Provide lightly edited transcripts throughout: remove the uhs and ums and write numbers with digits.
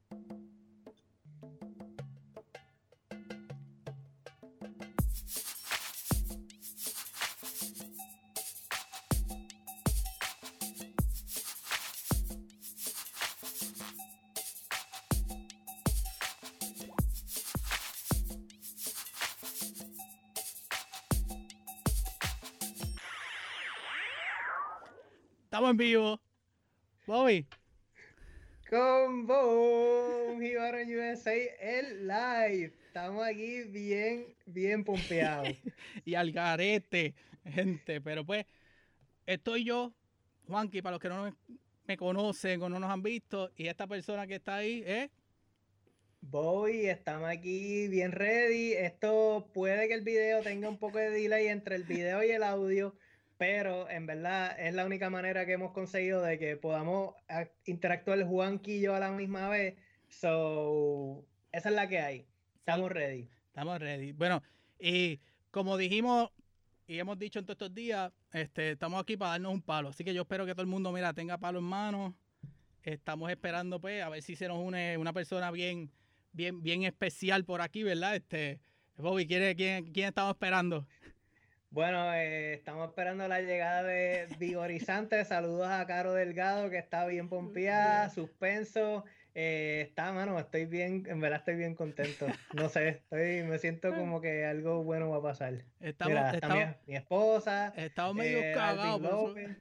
Estamos en vivo. Bobby. Con Boom, Jibarón USA, el live. Estamos aquí bien pompeados. Y al garete, gente. Pero pues, estoy yo, Juanqui, para los que no me conocen o no nos han visto. Y esta persona que está ahí es... Bobby, estamos aquí bien ready. Esto puede que el video tenga un poco de delay entre el video y el audio, pero en verdad es la única manera que hemos conseguido de que podamos interactuar Juanqui y yo a la misma vez. So, esa es la que hay. Estamos ready. Estamos ready. Bueno, y como dijimos y hemos dicho en todos estos días, estamos aquí para darnos un palo. Así que yo espero que todo el mundo, mira, tenga palo en mano. Estamos esperando, pues, a ver si se nos une una persona bien especial por aquí, ¿verdad? Bobby, ¿quién estamos esperando? Bueno, estamos esperando la llegada de Vigorizante. Saludos a Caro Delgado, que está bien pompeada, suspenso. Mano, estoy bien, en verdad estoy bien contento. No sé, me siento como que algo bueno va a pasar. Mira, está mi esposa, Estamos medio cagados, Alvin por eso. López.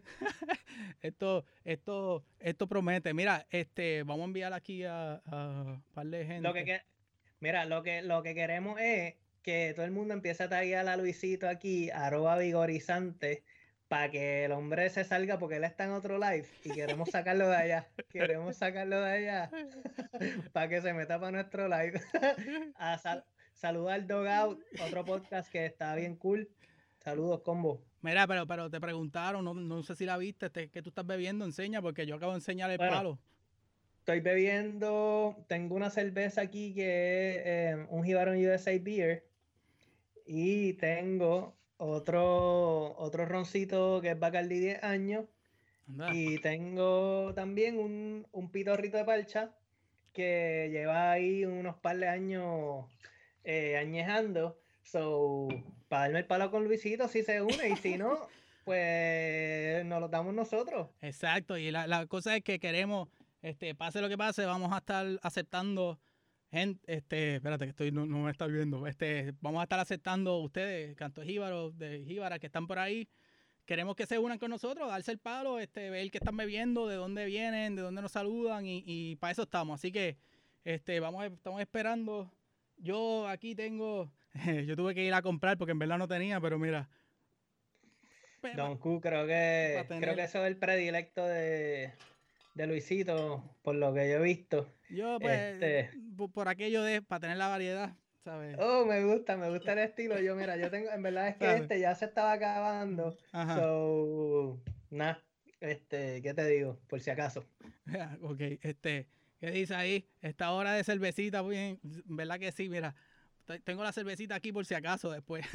Esto promete. Mira, vamos a enviar aquí a un par de gente. Mira, lo que queremos es que todo el mundo empiece a taguear a Luisito aquí, @vigorizante, para que el hombre se salga porque él está en otro live y queremos sacarlo de allá. Queremos sacarlo de allá para que se meta para nuestro live. Saluda al Dogout, otro podcast que está bien cool. Saludos, combo. Mira, pero te preguntaron, no sé si la viste, ¿qué tú estás bebiendo? Enseña, porque yo acabo de enseñar el Bueno, palo. estoy bebiendo, tengo una cerveza aquí que es un Jibarón USA Beer. Y tengo otro roncito que es Bacardi 10 años. Anda. Y tengo también un pitorrito de parcha que lleva ahí unos par de años añejando. So, para darme el palo con Luisito si se une. Y si no, pues nos lo damos nosotros. Exacto, y la cosa es que queremos, pase lo que pase, vamos a estar aceptando gente, espérate que no me está viendo, vamos a estar aceptando ustedes, Canto de Jíbara, que están por ahí. Queremos que se unan con nosotros, darse el palo, ver qué están bebiendo, de dónde vienen, de dónde nos saludan, y para eso estamos. Así que estamos esperando. Yo aquí tengo, yo tuve que ir a comprar porque en verdad no tenía, pero mira. Don Q, creo Para que tener. eso es el predilecto de Luisito, por lo que yo he visto. Yo, pues, por aquello para tener la variedad, ¿sabes? Oh, me gusta el estilo. Mira, yo tengo, en verdad es que ¿Sabes? ya se estaba acabando. Ajá. So, nada, ¿qué te digo? Por si acaso. Ok, ¿qué dice ahí? Esta hora de cervecita, bien, ¿verdad que sí? Mira, tengo la cervecita aquí por si acaso después.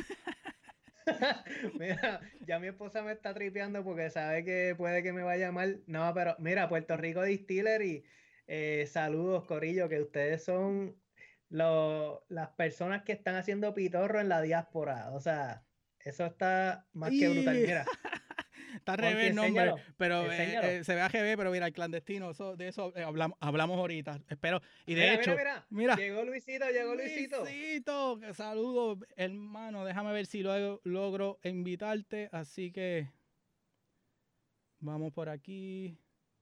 Mira, ya mi esposa me está tripeando porque sabe que puede que me vaya mal. No, pero mira, Puerto Rico Distillery, saludos, Corillo, que ustedes son las personas que están haciendo pitorro en la diáspora. O sea, eso está más que brutal. Y Mira, está al Juanqui, revés el nombre, enséñalo, pero enséñalo. se ve AGB, pero mira, el clandestino, de eso hablamos ahorita. Espero. Y de Mira, hecho, mira, llegó Luisito, llegó Luisito. Luisito, saludos, hermano. Déjame ver si logro invitarte. Así que vamos por aquí.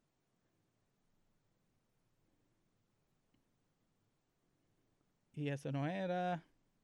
Y eso no era.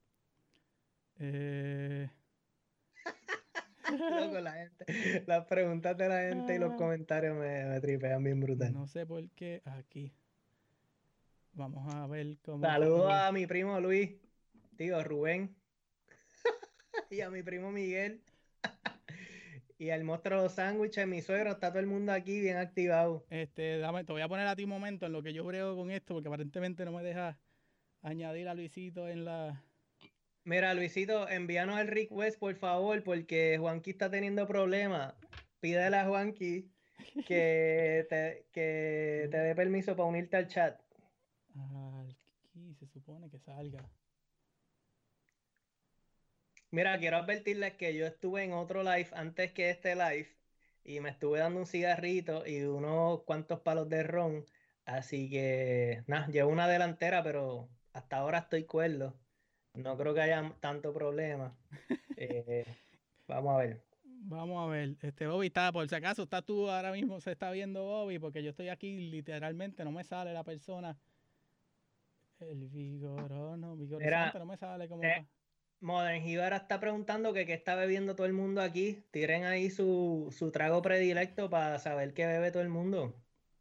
Loco, las preguntas de la gente y los comentarios me tripean bien brutal. No sé por qué aquí. Vamos a ver cómo Saludos pongo. a mi primo Luis, tío Rubén, y a mi primo Miguel, y al monstruo de los sándwiches, mi suegro, está todo el mundo aquí bien activado. Te voy a poner a ti un momento en lo que yo brego con esto, porque aparentemente no me deja añadir a Luisito en la. Mira, Luisito, envíanos el request, por favor, porque Juanqui está teniendo problemas. Pídele a Juanqui que te dé permiso para unirte al chat. Aquí se supone que salga. Mira, quiero advertirles que yo estuve en otro live antes que este live y me estuve dando un cigarrito y unos cuantos palos de ron. Así que, nada, llevo una delantera, pero hasta ahora estoy cuerdo. No creo que haya tanto problema. Eh, vamos a ver. Vamos a ver, Bobby está, por si acaso, está tú ahora mismo, se está viendo Bobby, porque yo estoy aquí, literalmente no me sale la persona. El Mira, vigorizante, no me sale como eh, Modern Jibara está preguntando que qué está bebiendo todo el mundo aquí. Tiren ahí su trago predilecto para saber qué bebe todo el mundo.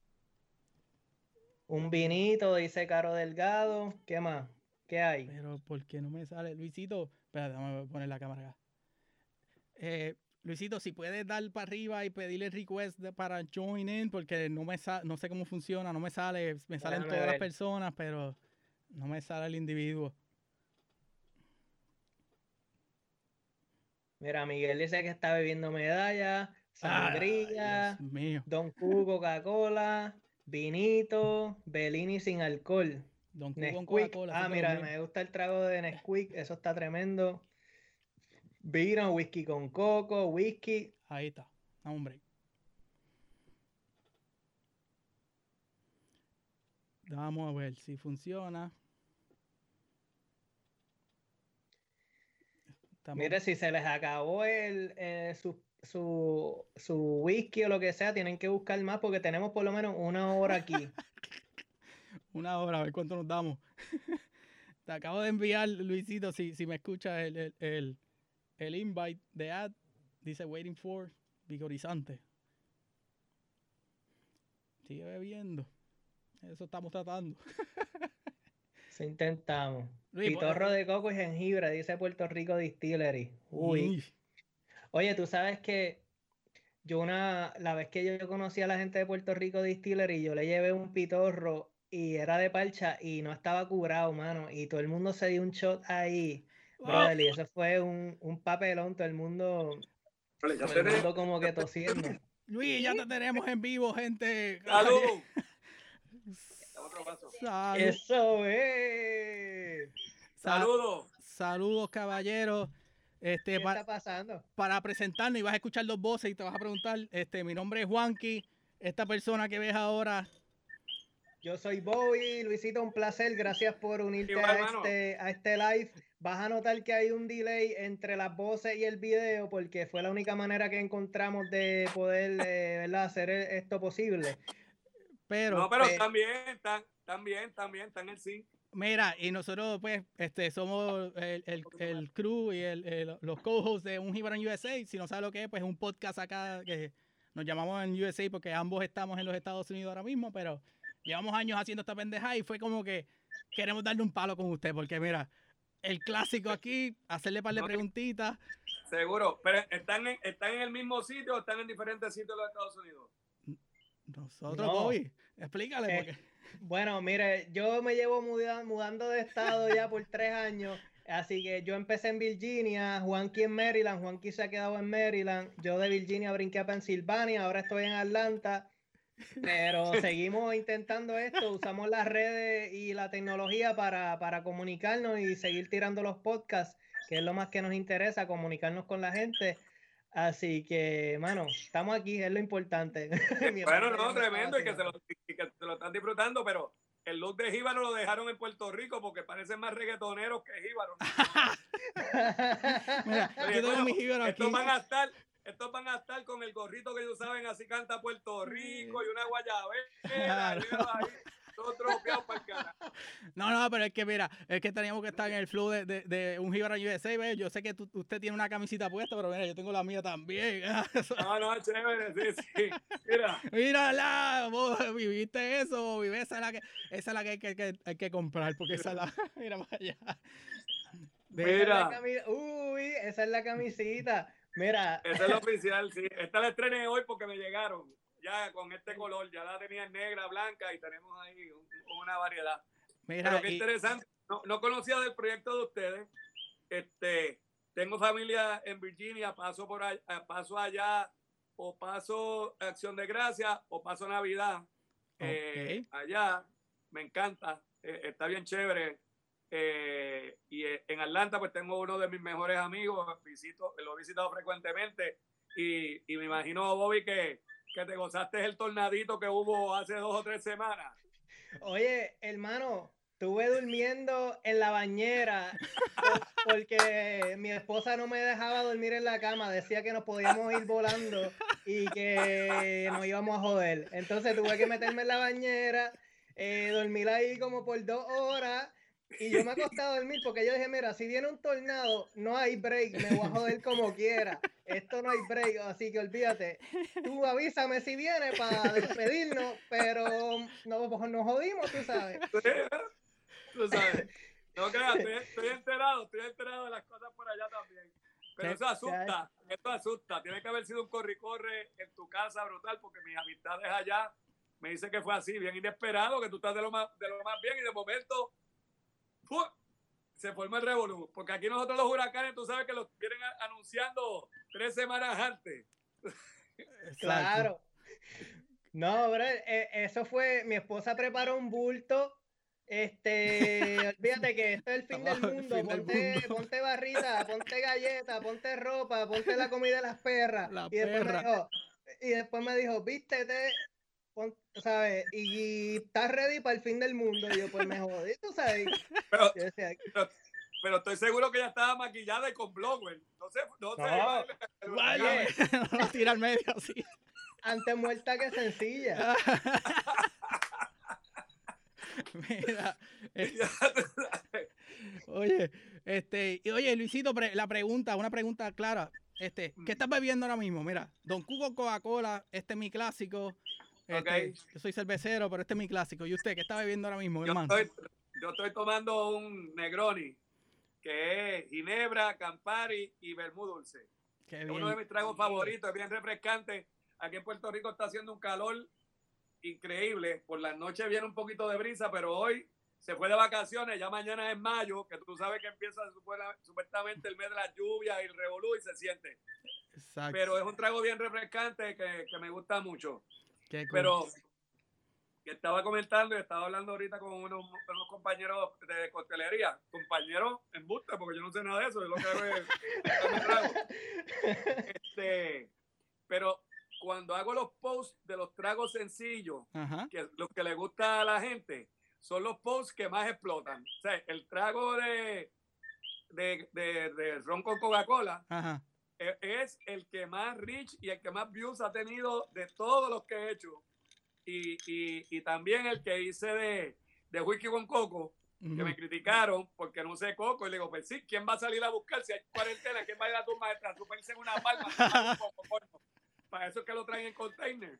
Un vinito, dice Caro Delgado. ¿Qué más? ¿Qué hay? Pero ¿por qué no me sale? Luisito, espérate, déjame poner la cámara acá. Luisito, si puedes dar para arriba y pedirle request para join in, porque no sé cómo funciona, no me sale, me salen Déjame todas las ver. personas, pero no me sale el individuo. Mira, Miguel dice que está bebiendo medalla, Ay, Dios sangría, mío. Don Q, Coca-Cola, vinito, Bellini sin alcohol, Don Q con Nesquik. Coca-Cola, eso Ah, es de los mira, míos. me gusta el trago de Nesquik, eso está tremendo. Vino, whisky con coco, whisky. Ahí está, hombre. Vamos a ver si funciona. Estamos... Mire, si se les acabó su whisky o lo que sea, tienen que buscar más porque tenemos por lo menos una hora aquí. Una hora, a ver cuánto nos damos. Te acabo de enviar, Luisito, si me escuchas el invite de ad. Dice waiting for vigorizante. Sigue bebiendo. Eso estamos tratando. Eso intentamos. Luis, Pitorro de coco y jengibre, dice Puerto Rico Distillery. Uy. Oye, tú sabes que la vez que yo conocí a la gente de Puerto Rico Distillery, yo le llevé un pitorro y era de parcha y no estaba curado, mano. Y todo el mundo se dio un shot ahí, oh, brother. Y eso fue un papelón, Vale, ya todo el tenés. mundo como que tosiendo. Luis, ya te tenemos en vivo, gente. ¡Salud! Otro vaso. Salud. ¡Eso es! ¡Saludos! Saludos, caballeros. ¿Qué está pasando? Para presentarnos, y vas a escuchar dos voces y te vas a preguntar, mi nombre es Juanqui. Esta persona que ves ahora, Yo soy Bobby, Luisito, un placer. Gracias por unirte Igual, hermano. a este live. Vas a notar que hay un delay entre las voces y el video porque fue la única manera que encontramos de poder ¿verdad? hacer esto posible. pero... No, pero están bien, están en el zinc. Mira, y nosotros pues somos el crew y los co-hosts de Un Jíbaro en USA. Si no sabes lo que es, pues es un podcast acá que nos llamamos en USA porque ambos estamos en los Estados Unidos ahora mismo, pero llevamos años haciendo esta pendeja y fue como que queremos darle un palo con usted porque mira, el clásico aquí, hacerle un par de preguntitas. Seguro, pero ¿están en el mismo sitio o están en diferentes sitios de los Estados Unidos? Nosotros, No. Bobby, explícale porque... Bueno, mire, yo me llevo mudando de estado ya por 3 años, así que yo empecé en Virginia, Juanqui en Maryland, Juanqui se ha quedado en Maryland, yo de Virginia brinqué a Pensilvania, ahora estoy en Atlanta, pero seguimos intentando esto, usamos las redes y la tecnología para comunicarnos y seguir tirando los podcasts, que es lo más que nos interesa, comunicarnos con la gente. Así que, mano, estamos aquí, es lo importante. Bueno, no, tremendo, y que se lo están disfrutando, pero el look de Jíbaro lo dejaron en Puerto Rico porque parecen más reggaetoneros que Jíbaro. Mira, yo tengo mi Jíbaro aquí. Estos van a estar con el gorrito que ellos saben, así canta Puerto Rico y una guayabera. Claro. Ahí, todo tropeado para el carajo. No, pero es que mira, es que teníamos que estar en el flow de Un Jíbaro USA, ¿ves? Yo sé que usted tiene una camisita puesta, pero mira, yo tengo la mía también. No, chévere, sí. Mírala, vos viviste eso, vive, esa es la que hay que comprar, porque esa es la... Mira para allá. Uy, esa es la camisita. Mira. Esa es la oficial, sí. Esta la estrené hoy porque me llegaron. Ya con este color, ya la tenía negra, blanca y tenemos ahí una variedad. Mira, pero qué interesante. No conocía del proyecto de ustedes. Tengo familia en Virginia, paso allá, o paso Acción de Gracias, o paso Navidad allá. me encanta, está bien chévere. Y en Atlanta pues tengo uno de mis mejores amigos, lo he visitado frecuentemente y me imagino, Bobby, que te gozaste el tornadito que hubo hace 2 o 3 semanas. Oye, hermano, estuve durmiendo en la bañera porque mi esposa no me dejaba dormir en la cama, decía que nos podíamos ir volando y que nos íbamos a joder. Entonces tuve que meterme en la bañera, dormir ahí como por 2 horas y yo me acosté a dormir porque yo dije, mira, si viene un tornado, no hay break, me voy a joder como quiera. Esto no hay break, así que olvídate. Tú avísame si viene para despedirnos, pero nos jodimos, tú sabes. Tú sabes. No creas, estoy enterado de las cosas por allá también. Pero eso asusta. Tiene que haber sido un corre-corre en tu casa brutal, porque mis amistades allá me dicen que fue así, bien inesperado, que tú estás de lo más bien y de momento ¡pum! Se forma el revolú. Porque aquí nosotros los huracanes, tú sabes que los vienen anunciando 3 semanas antes. Claro. No, bro, eso fue, mi esposa preparó un bulto. Olvídate que esto es el fin del mundo. Ponte barrita, ponte galleta, ponte ropa, ponte la comida de las perras. Y después me dijo, vístete, ¿sabes? Y estás ready para el fin del mundo. Y yo, pues me jodí, tú sabes. Pero estoy seguro que ella estaba maquillada y con blower. No sé. Oye, no lo tira al medio así. Antes muerta que sencilla. Mira, oye, Luisito, una pregunta clara. ¿Qué estás bebiendo ahora mismo? Mira, Don Cuco Coca-Cola, este es mi clásico. Okay. Yo soy cervecero, pero este es mi clásico. ¿Y usted qué está bebiendo ahora mismo, hermano? Yo estoy tomando un Negroni, que es ginebra, Campari y vermú dulce. Es uno de mis tragos favoritos, es bien refrescante. Aquí en Puerto Rico está haciendo un calor increíble. Por las noches viene un poquito de brisa, pero hoy se fue de vacaciones. Ya mañana es mayo, que tú sabes que empieza supuestamente el mes de las lluvias y el revolú y se siente. Exacto. Pero es un trago bien refrescante que me gusta mucho. Qué cool. Pero que estaba comentando y estaba hablando ahorita con unos compañeros de coctelería, compañeros en busta, porque yo no sé nada de eso, es lo que trago. Pero cuando hago los posts de los tragos sencillos, que los que le gusta a la gente, son los posts que más explotan. O sea, el trago de ron con Coca-Cola es el que más reach y el que más views ha tenido de todos los que he hecho. Y también el que hice de whisky con coco, que me criticaron porque no sé coco, y le digo, pues sí, ¿quién va a salir a buscar si hay cuarentena? ¿Quién va a ir a tu maestra? Tú pensé en una palma, un poco, para eso es que lo traen en container.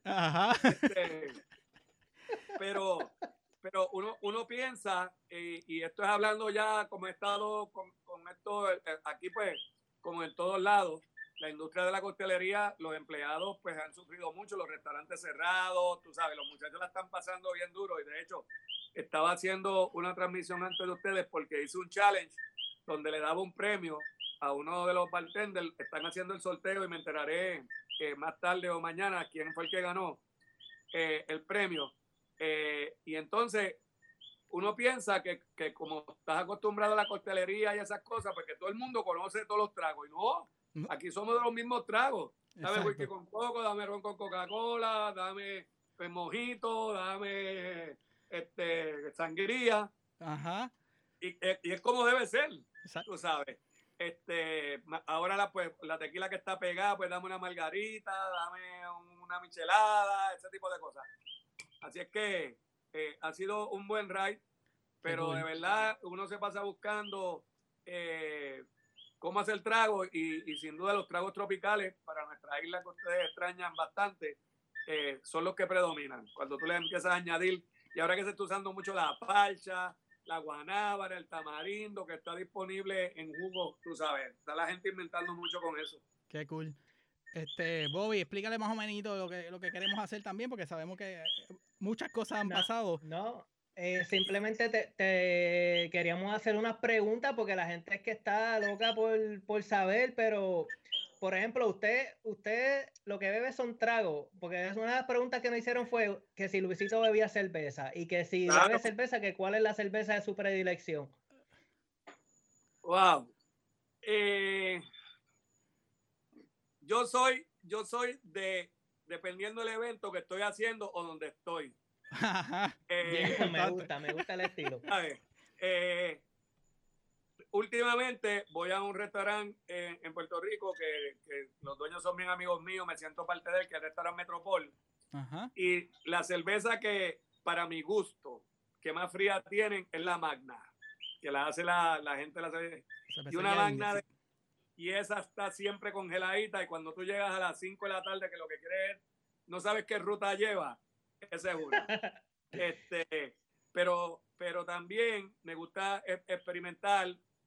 Pero uno piensa, y esto es hablando ya como he estado con esto aquí, pues, como en todos lados, la industria de la coctelería, los empleados pues han sufrido mucho, los restaurantes cerrados, tú sabes, los muchachos la están pasando bien duro, y de hecho estaba haciendo una transmisión antes de ustedes porque hice un challenge donde le daba un premio a uno de los bartenders. Están haciendo el sorteo y me enteraré más tarde o mañana quién fue el que ganó el premio. Y entonces uno piensa que como estás acostumbrado a la coctelería y esas cosas, porque todo el mundo conoce todos los tragos, y no, aquí somos de los mismos tragos. Dame whisky con coco, dame ron con Coca-Cola, dame mojito, dame sangría. Y es como debe ser. Exacto. Tú sabes. Ahora la tequila que está pegada, pues dame una margarita, dame una michelada, ese tipo de cosas. Así es que ha sido un buen ride, pero de verdad uno se pasa buscando cómo hacer trago, y sin duda los tragos tropicales para nuestra isla, que ustedes extrañan bastante, son los que predominan. Cuando tú les empiezas a añadir, y ahora que se está usando mucho la parcha, la guanábana, el tamarindo, que está disponible en jugo, tú sabes, está la gente inventando mucho con eso. Qué cool. Bobby, explícale más o menos lo que queremos hacer también, porque sabemos que muchas cosas han pasado. No, simplemente te queríamos hacer unas preguntas porque la gente es que está loca por saber, pero por ejemplo, usted lo que bebe son tragos, porque es una de las preguntas que nos hicieron fue que si Luisito bebía cerveza y que si Claro. bebe cerveza, que cuál es la cerveza de su predilección. Wow. Yo soy dependiendo del evento que estoy haciendo o donde estoy. Bien Me gusta el estilo. Últimamente voy a un restaurante en Puerto Rico que los dueños son bien amigos míos, me siento parte de él, que es el restaurante Metropol. Ajá. Y la cerveza que para mi gusto, que más fría tienen, es la Magna, que la hace la gente de la cerveza. Y una Magna y esa está siempre congeladita y cuando tú llegas a las 5 de la tarde que lo que quieres es, no sabes qué ruta lleva, esa es una. Pero también me gusta experimentar.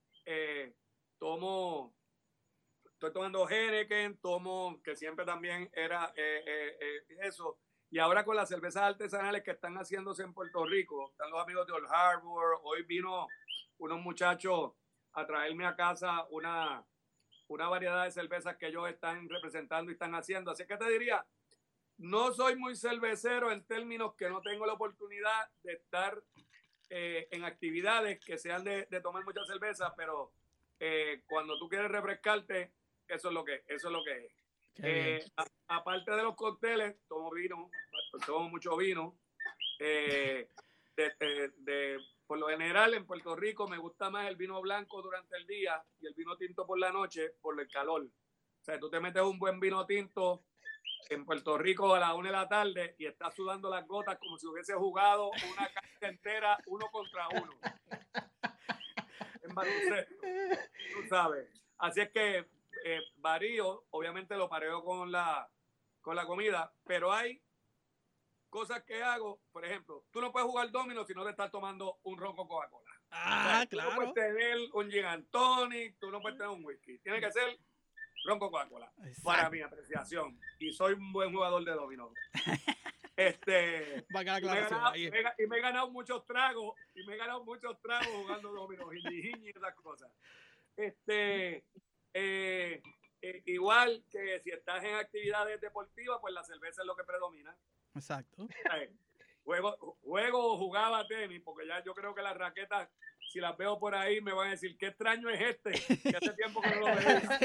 Estoy tomando Heineken, que siempre también era eso. Y ahora con las cervezas artesanales que están haciéndose en Puerto Rico, están los amigos de Old Harbor. Hoy vino unos muchachos a traerme a casa una variedad de cervezas que ellos están representando y están haciendo. Así que te diría, no soy muy cervecero en términos que no tengo la oportunidad de estar en actividades que sean de tomar mucha cerveza, pero cuando tú quieres refrescarte, eso es lo que es. Aparte de los cócteles, tomo mucho vino. Por lo general, en Puerto Rico me gusta más el vino blanco durante el día y el vino tinto por la noche por el calor. O sea, tú te metes un buen vino tinto en Puerto Rico a las 1 de la tarde y estás sudando las gotas como si hubiese jugado una cancha entera 1 contra 1. En baloncesto, tú sabes. Así es que varío, obviamente lo pareo con la comida, pero hay cosas que hago. Por ejemplo, tú no puedes jugar domino si no te estás tomando un ron con Coca-Cola. Claro. Tú no puedes tener un gin and tonic, tú no puedes tener un whisky. Tiene que ser ron con Coca-Cola. Para mi apreciación. Y soy un buen jugador de dominó. Y me he ganado muchos tragos. Jugando dominó. Y esas cosas. Igual que si estás en actividades deportivas, pues la cerveza es lo que predomina. Exacto. Jugaba tenis, porque ya yo creo que las raquetas, si las veo por ahí, me van a decir, qué extraño es que hace tiempo que no lo veía.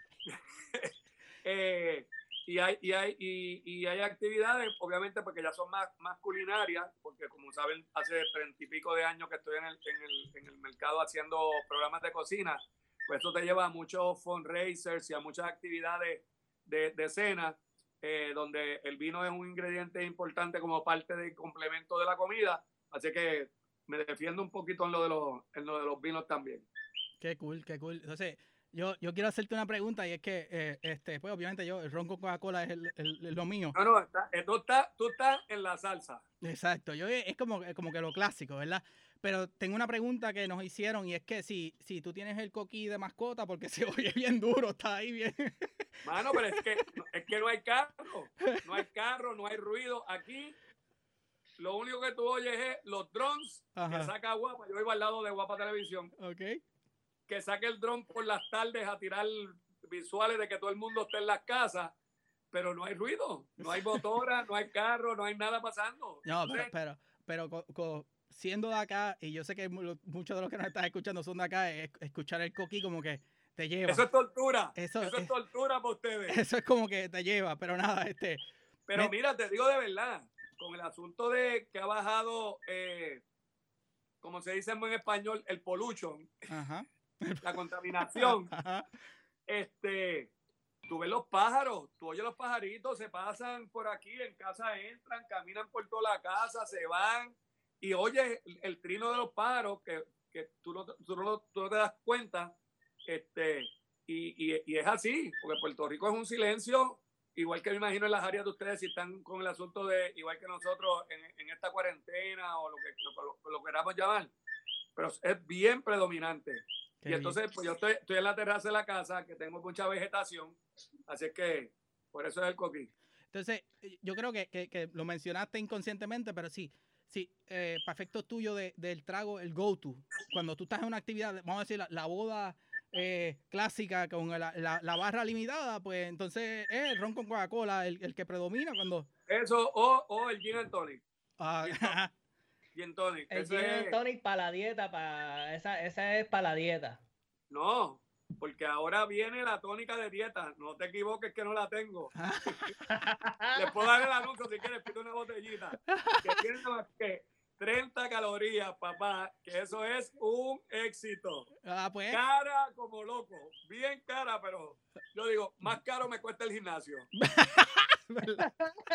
Y hay actividades, obviamente, porque ya son más culinarias, porque como saben, hace 30 y pico de años que estoy en el mercado haciendo programas de cocina, pues eso te lleva a muchos fundraisers y a muchas actividades de cena, donde el vino es un ingrediente importante como parte del complemento de la comida, así que me defiendo un poquito en lo de los vinos también. Qué cool. Entonces, yo quiero hacerte una pregunta y es que, pues obviamente el ron con Coca-Cola es lo mío. No, tú estás en la salsa. Exacto, es como que lo clásico, ¿verdad? Pero tengo una pregunta que nos hicieron y es que si tú tienes el coquí de mascota, porque se oye bien duro, está ahí bien. Mano, pero es que no hay carro, no hay ruido. Aquí lo único que tú oyes es los drones que saca Guapa. Yo vivo al lado de Guapa Televisión. Okay. Que saque el dron por las tardes a tirar visuales de que todo el mundo esté en las casas, pero no hay ruido, no hay motora, no hay carro, no hay nada pasando. No, pero siendo de acá, y yo sé que muchos de los que nos están escuchando son de acá, escuchar el coquí como que te lleva. Eso es tortura. Eso es tortura para ustedes. Eso es como que te lleva, pero nada, Pero mira, te digo de verdad, con el asunto de que ha bajado, como se dice en buen español, el pollution, la contaminación, tú ves los pájaros, tú oyes los pajaritos, se pasan por aquí, en casa entran, caminan por toda la casa, se van, y oyes el trino de los pájaros, que tú no te das cuenta, y es así, porque Puerto Rico es un silencio, igual que me imagino en las áreas de ustedes, si están con el asunto de, igual que nosotros, en esta cuarentena, o lo queramos llamar, pero es bien predominante. Qué y entonces, bien. Pues yo estoy en la terraza de la casa, que tengo mucha vegetación, así es que por eso es el coquí. Entonces, yo creo que lo mencionaste inconscientemente, pero sí, para efectos tuyos del trago, el go-to, cuando tú estás en una actividad, vamos a decir, la boda clásica con la barra limitada, pues entonces es el ron con Coca-Cola el que predomina cuando... Eso, o el gin and tonic. Ah, Gin tonic. El Ese gin and es- tonic para la dieta, esa es para la dieta. No, porque ahora viene la tónica de dieta. No te equivoques que no la tengo. Les puedo dar el anuncio si quieres, pido una botellita. Que tiene más que 30 calorías, papá. Que eso es un éxito. pues. Cara como loco. Bien cara, pero yo digo, más caro me cuesta el gimnasio. ¿Verdad?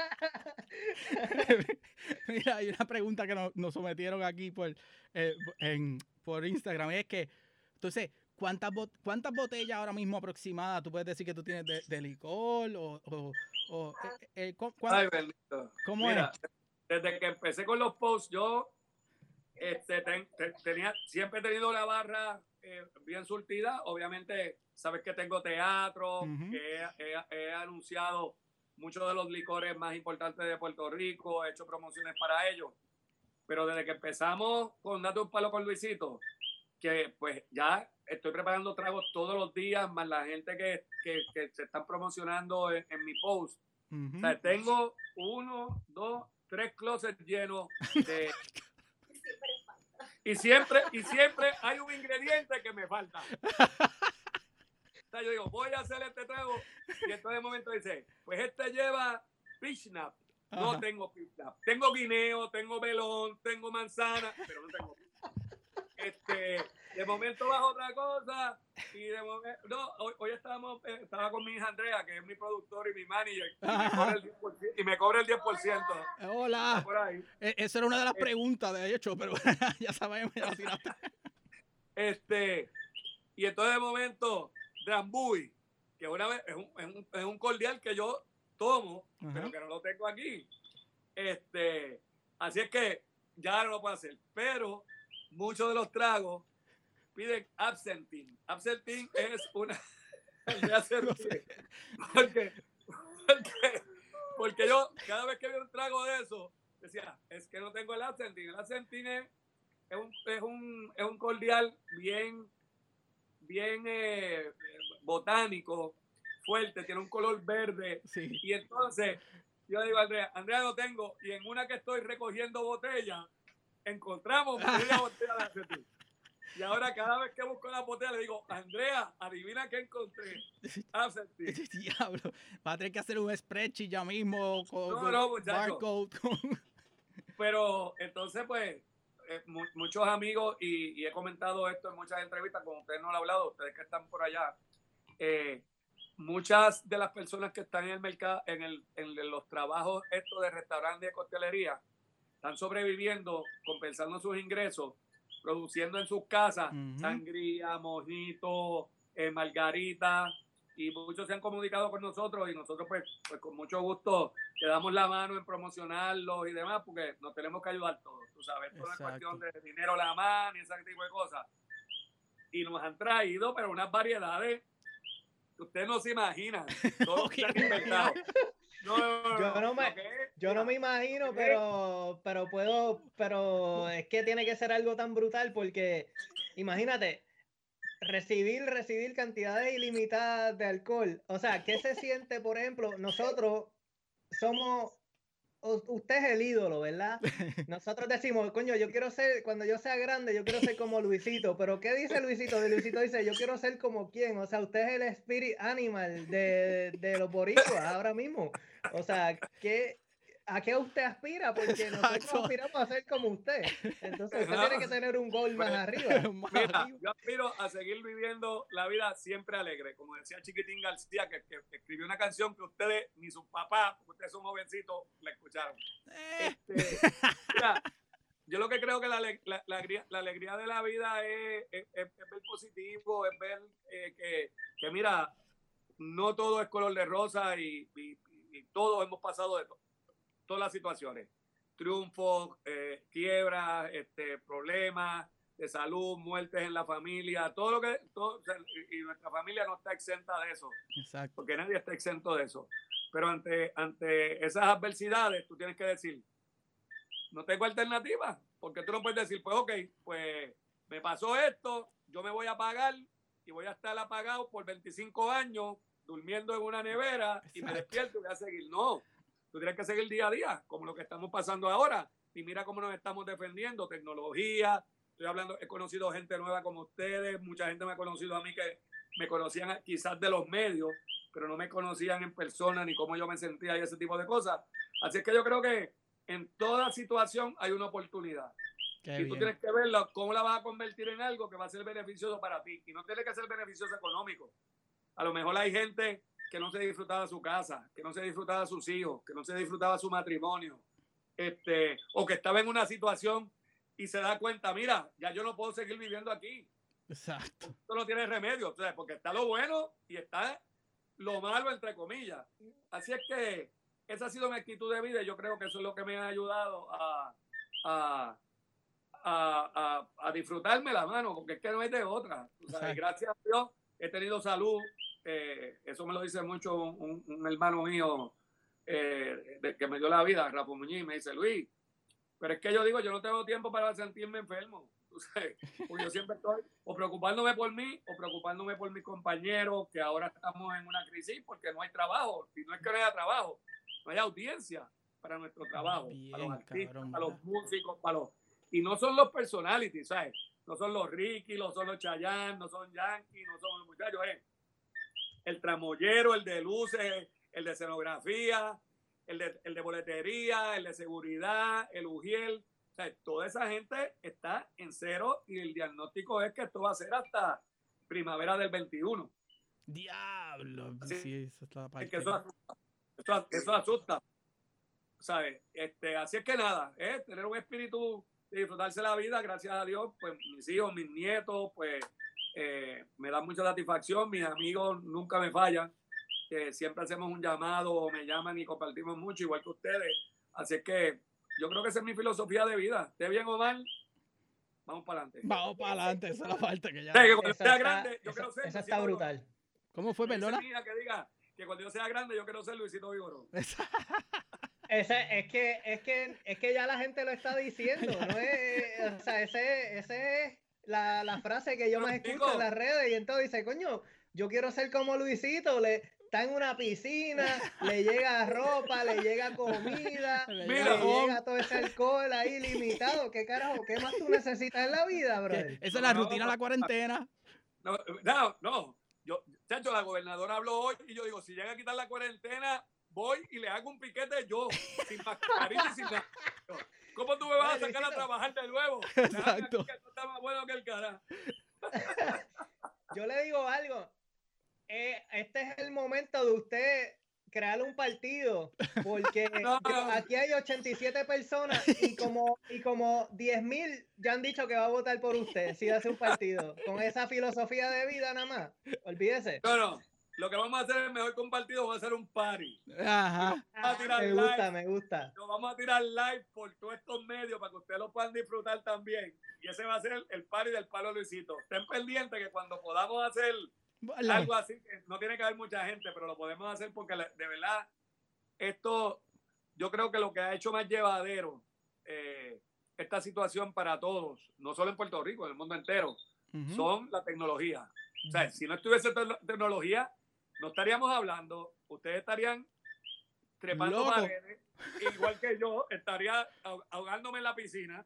Mira, hay una pregunta que nos sometieron aquí por Instagram. Es que, entonces, ¿cuántas botellas ahora mismo aproximadas tú puedes decir que tú tienes de licor? Ay, bendito. ¿Cómo Mira, es? desde que empecé con los posts, yo siempre he tenido la barra bien surtida. Obviamente, sabes que tengo teatro, que he anunciado muchos de los licores más importantes de Puerto Rico, he hecho promociones para ellos. Pero desde que empezamos con Date un Palo con Luisito, que pues ya estoy preparando tragos todos los días, más la gente que se están promocionando en mi post. O sea, tengo 1, 2, 3 closets llenos de... Y siempre hay un ingrediente que me falta. O sea, yo digo, voy a hacer este trago. Y entonces de momento dice, pues este lleva pishnap. No tengo pishnap. Tengo guineo, tengo melón, tengo manzana, pero no tengo pishnap. De momento bajo otra cosa. Y de momento, no, hoy estaba con mi hija Andrea, que es mi productor y mi manager. Y me cobra el 10%. Hola. Por ahí. Esa era una de las preguntas, de hecho, pero ya sabemos, ya la tiraste. Y entonces de momento, Drambuie, que una vez es un cordial que yo tomo, pero que no lo tengo aquí. Así es que ya no lo puedo hacer. Pero muchos de los tragos piden absenthin. Absenthin es una... porque yo cada vez que veo un trago de eso decía, es que no tengo el absenthin. El absenthin es un cordial bien botánico, fuerte, tiene un color verde. Sí. Y entonces yo digo, Andrea no tengo, y en una que estoy recogiendo botellas encontramos media botella de absenthin. Y ahora cada vez que busco la botella le digo, Andrea, adivina qué encontré. Absenthin. Diablo, va a tener que hacer un spreadsheet ya mismo con barcode. Pero entonces pues muchos amigos, y he comentado esto en muchas entrevistas, como ustedes no lo han hablado, ustedes que están por allá, muchas de las personas que están en el mercado, en los trabajos estos de restaurante y de coctelería, están sobreviviendo, compensando sus ingresos, produciendo en sus casas sangría, mojito, margarita, y muchos se han comunicado con nosotros y nosotros pues con mucho gusto le damos la mano en promocionarlos y demás, porque nos tenemos que ayudar todos, tú sabes, esto no es cuestión de dinero a la mano y ese tipo de cosas. Y nos han traído, pero unas variedades que ustedes no se imaginan, todo se han inventado. Yo no me imagino, pero es que tiene que ser algo tan brutal, porque imagínate, recibir cantidades ilimitadas de alcohol. O sea, ¿qué se siente? Por ejemplo, nosotros somos, usted es el ídolo, ¿verdad? Nosotros decimos, coño, yo quiero ser, cuando yo sea grande, yo quiero ser como Luisito. Pero ¿qué dice Luisito? Luisito dice, yo quiero ser como quién. O sea, usted es el spirit animal de los boricuas ahora mismo. O sea, ¿a qué usted aspira? Porque nosotros aspiramos a ser como usted. Entonces usted tiene que tener un gol más arriba. Mira, yo aspiro a seguir viviendo la vida siempre alegre. Como decía Chiquitín García, que escribió una canción que ustedes, ni sus papás, porque ustedes son jovencitos, la escucharon. Mira, yo lo que creo que la alegría de la vida es ver positivo, es ver que mira, no todo es color de rosa y todos hemos pasado de todas las situaciones. Triunfos, quiebras, problemas de salud, muertes en la familia, y nuestra familia no está exenta de eso. Exacto. Porque nadie está exento de eso. Pero ante esas adversidades, tú tienes que decir, no tengo alternativa, porque tú no puedes decir, pues ok, pues me pasó esto, yo me voy a pagar y voy a estar apagado por 25 años, durmiendo en una nevera y me despierto y voy a seguir. No, tú tienes que seguir día a día, como lo que estamos pasando ahora. Y mira cómo nos estamos defendiendo, tecnología. Estoy hablando, he conocido gente nueva como ustedes, mucha gente me ha conocido a mí que me conocían quizás de los medios, pero no me conocían en persona ni cómo yo me sentía y ese tipo de cosas. Así es que yo creo que en toda situación hay una oportunidad. Y tú tienes que verla, cómo la vas a convertir en algo que va a ser beneficioso para ti. Y no tiene que ser beneficioso económico. A lo mejor hay gente que no se disfrutaba su casa, que no se disfrutaba sus hijos, que no se disfrutaba su matrimonio, o que estaba en una situación y se da cuenta, mira, ya yo no puedo seguir viviendo aquí. Exacto. Esto no tiene remedio, o sea, porque está lo bueno y está lo malo, entre comillas. Así es que esa ha sido mi actitud de vida y yo creo que eso es lo que me ha ayudado a disfrutarme la mano, porque es que no hay de otra. O sea, gracias a Dios he tenido salud. Eso me lo dice mucho un hermano mío que me dio la vida, Rafa Muñiz, me dice, Luis, pero es que yo digo, yo no tengo tiempo para sentirme enfermo. O sea, porque yo siempre estoy o preocupándome por mí o preocupándome por mis compañeros, que ahora estamos en una crisis porque no hay trabajo. Y no es que no haya trabajo, no hay audiencia para nuestro trabajo, para los artistas, cabrón, para los músicos, para los... Y no son los personalities, ¿sabes? No son los Ricky, no son los Chayanne, no son Yankee, no son los muchachos, el tramoyero, el de luces, el de escenografía, el de boletería, el de seguridad, el ujiel. O sea, toda esa gente está en cero y el diagnóstico es que esto va a ser hasta primavera del 21. Diablo. Así, sí, eso está es que eso asusta. ¿Sabes? Así es que nada, tener un espíritu de disfrutarse la vida, gracias a Dios, pues mis hijos, mis nietos, pues me dan mucha satisfacción, mis amigos nunca me fallan, siempre hacemos un llamado, me llaman y compartimos mucho, igual que ustedes, así es que yo creo que esa es mi filosofía de vida, esté bien o mal, vamos para adelante. Vamos para adelante, esa es la falta que ya... que cuando sea grande, yo quiero ser... Esa está brutal. ¿Cómo fue, perdona? Que diga que cuando yo sea grande, yo quiero ser Luisito Vigoró. Es que ya la gente lo está diciendo, ¿no? O sea, ese es la frase que yo más escucho en las redes y entonces dice, coño, yo quiero ser como Luisito, está en una piscina, le llega ropa, le llega comida, le llega todo ese alcohol ahí limitado. ¿Qué carajo? ¿Qué más tú necesitas en la vida, brother? Esa es la rutina de la cuarentena. No. Chacho, la gobernadora habló hoy y yo digo, si llega a quitar la cuarentena, voy y le hago un piquete yo, sin mascarilla y sin nada. ¿Cómo tú me vas a sacar a trabajar de nuevo? Exacto. Que esto está más bueno que el cara. Yo le digo algo. Este es el momento de usted crear un partido, porque aquí hay 87 personas y como 10,000 ya han dicho que va a votar por usted si hace un partido. Con esa filosofía de vida nada más. Olvídese. No. Lo que vamos a hacer es mejor que un partido, vamos a hacer un party. Ajá. Me gusta. Lo vamos a tirar live por todos estos medios para que ustedes lo puedan disfrutar también. Y ese va a ser el party del Palo Luisito. Estén pendientes que cuando podamos hacer algo así, no tiene que haber mucha gente, pero lo podemos hacer porque de verdad, esto, yo creo que lo que ha hecho más llevadero esta situación para todos, no solo en Puerto Rico, en el mundo entero, son la tecnología. O sea, si no estuviese tecnología, no estaríamos hablando, ustedes estarían trepando paredes, igual que yo, estaría ahogándome en la piscina.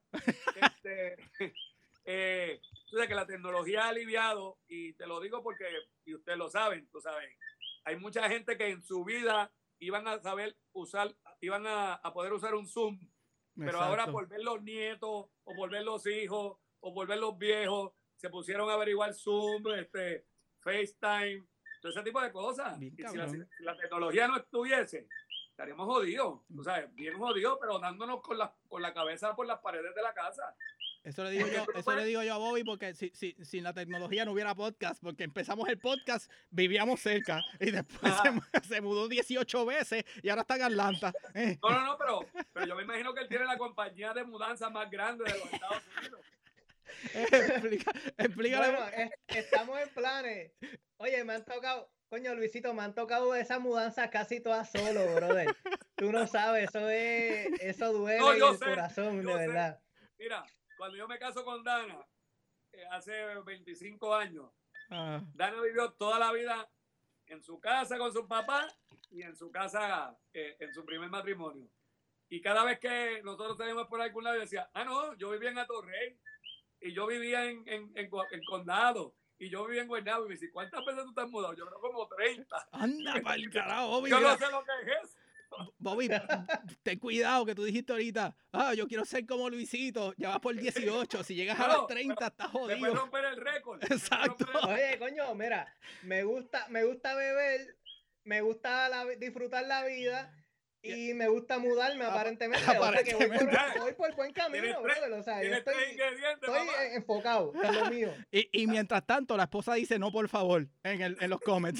Entonces, que la tecnología ha aliviado, y te lo digo porque, y ustedes lo saben, tú sabes, hay mucha gente que en su vida iban a saber usar, iban a poder usar un Zoom, pero ahora por ver los nietos, o por ver los hijos, o por ver los viejos, se pusieron a averiguar Zoom, FaceTime, todo ese tipo de cosas. Y si la tecnología no estuviese, estaríamos jodidos, tú sabes, bien jodidos, pero dándonos con la cabeza por las paredes de la casa. Eso le digo yo a Bobby, porque sin la tecnología no hubiera podcast, porque empezamos el podcast, vivíamos cerca, y después se mudó 18 veces y ahora está en Atlanta. No, pero yo me imagino que él tiene la compañía de mudanza más grande de los Estados Unidos. Explícale. Bueno, estamos en planes. Oye, me han tocado, coño Luisito, me han tocado esas mudanzas casi todas solo, brother. Tú no sabes, eso duele en el corazón, de verdad. Mira, cuando yo me caso con Dana, hace 25 años, Dana vivió toda la vida en su casa con su papá y en su casa en su primer matrimonio. Y cada vez que nosotros salimos por algún lado, yo decía, no, yo vivía en Atorrey y yo vivía en Condado y yo vivía en Guaynabo. Y me dice, ¿cuántas veces tú te has mudado? Yo creo como 30. Anda pa'l carajo, Bobby. Yo no sé lo que es eso. Bobby, ten cuidado que tú dijiste ahorita, yo quiero ser como Luisito, ya vas por 18, si llegas a las 30 estás jodido. Te puedes romper el récord. Exacto. Oye, coño, mira, me gusta beber, me gusta disfrutar la vida y me gusta mudarme aparentemente. O sea que voy por buen camino, brother. O sea, yo estoy enfocado en lo mío. Y mientras tanto, la esposa dice no, por favor, en los comments.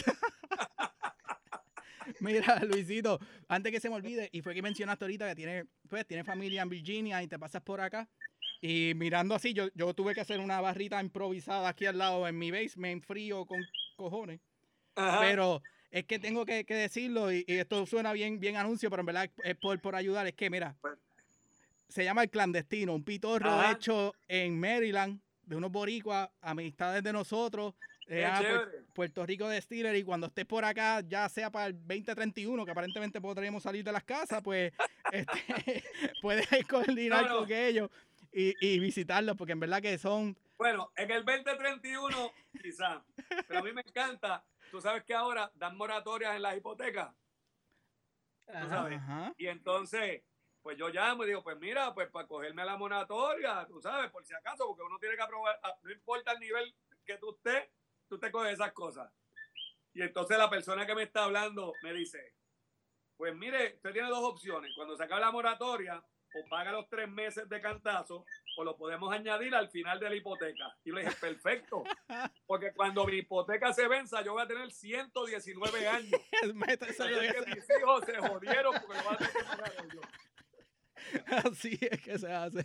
Mira, Luisito, antes que se me olvide, y fue que mencionaste ahorita que tiene familia en Virginia y te pasas por acá. Y mirando así, yo tuve que hacer una barrita improvisada aquí al lado en mi basement, frío con cojones. Ajá. Pero es que tengo que decirlo, y esto suena bien anuncio, pero en verdad es por ayudar. Es que, mira, se llama El Clandestino, un pitorro hecho en Maryland, de unos boricuas, amistades de nosotros. Puerto Rico de Steelers, y cuando estés por acá, ya sea para el 2031, que aparentemente podremos salir de las casas, pues puedes coordinar con ellos y visitarlos, porque en verdad que son... Bueno, en el 2031 quizás, pero a mí me encanta, tú sabes que ahora dan moratorias en las hipotecas, tú sabes, y entonces, pues yo llamo y digo, pues mira, pues para cogerme la moratoria, tú sabes, por si acaso, porque uno tiene que aprobar, no importa el nivel que tú te coges esas cosas. Y entonces la persona que me está hablando me dice, pues mire, usted tiene dos opciones. Cuando se acabe la moratoria, o paga los 3 meses de cantazo, o lo podemos añadir al final de la hipoteca. Y le dije, perfecto, porque cuando mi hipoteca se venza, yo voy a tener 119 años. Así que mis hijos se jodieron porque lo van a tener que pagar yo. Así es que se hace.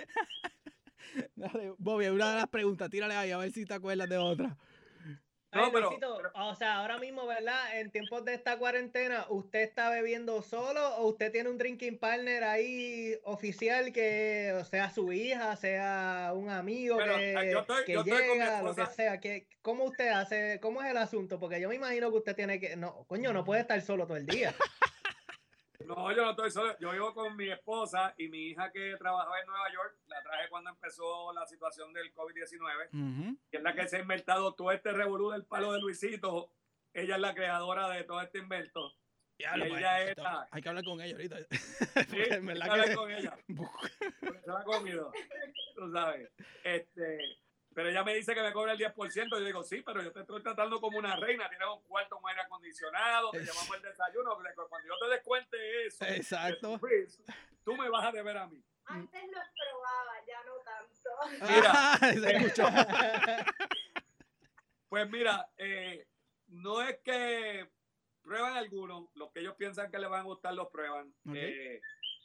Dale, Bobby, una de las preguntas, tírale ahí a ver si te acuerdas de otra. No, Luisito, o sea, ahora mismo, ¿verdad? En tiempos de esta cuarentena, ¿usted está bebiendo solo o usted tiene un drinking partner ahí oficial que, o sea, su hija, sea un amigo que llega, lo que sea? ¿Cómo usted hace? ¿Cómo es el asunto? Porque yo me imagino que usted tiene que... No, coño, no puede estar solo todo el día. No, yo no estoy solo. Yo vivo con mi esposa y mi hija que trabajaba en Nueva York. La traje cuando empezó la situación del COVID-19. Que es la que se ha inventado todo este revolú del palo de Luisito. Ella es la creadora de todo este invento. Hay que hablar con ella ahorita. Sí, hay que hablar con ella. Porque se la ha comido. Tú sabes. Pero ella me dice que me cobra el 10%. Yo digo, sí, pero yo te estoy tratando como una reina. Tienes un cuarto con aire acondicionado, te llevamos el desayuno. Cuando yo te descuente eso, exacto, tú me vas a deber a mí. Antes los probaba, ya no tanto. Mira, pues mira, no es que prueban algunos, los que ellos piensan que les van a gustar los prueban. Okay.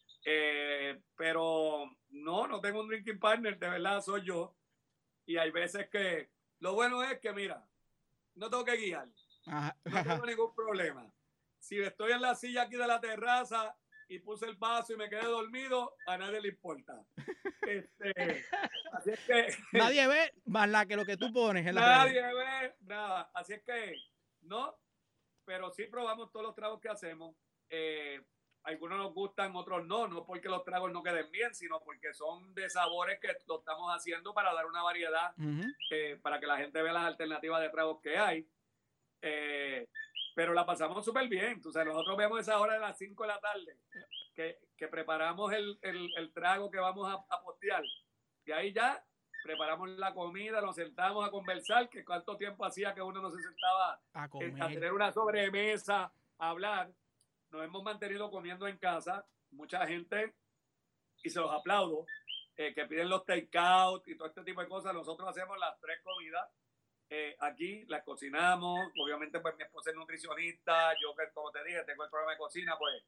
Pero no tengo un drinking partner, de verdad soy yo. Y hay veces que, lo bueno es que, mira, no tengo que guiar. No tengo ningún problema. Si estoy en la silla aquí de la terraza y puse el vaso y me quedé dormido, a nadie le importa. Así es que... Nadie ve más la que lo que tú pones en la Nadie ve nada. Así es que, no, pero sí probamos todos los tragos que hacemos. Algunos nos gustan, otros no porque los tragos no queden bien, sino porque son de sabores que lo estamos haciendo para dar una variedad, para que la gente vea las alternativas de tragos que hay. Pero la pasamos súper bien. Entonces, nosotros vemos esa hora de las 5 de la tarde, que preparamos el trago que vamos a postear. Y ahí ya preparamos la comida, nos sentamos a conversar, que cuánto tiempo hacía que uno no se sentaba a tener una sobremesa, a hablar. Nos hemos mantenido comiendo en casa, mucha gente, y se los aplaudo, que piden los take-out y todo este tipo de cosas. Nosotros hacemos las 3 comidas aquí, las cocinamos. Obviamente, pues mi esposa es nutricionista, yo, como te dije, tengo el programa de cocina, pues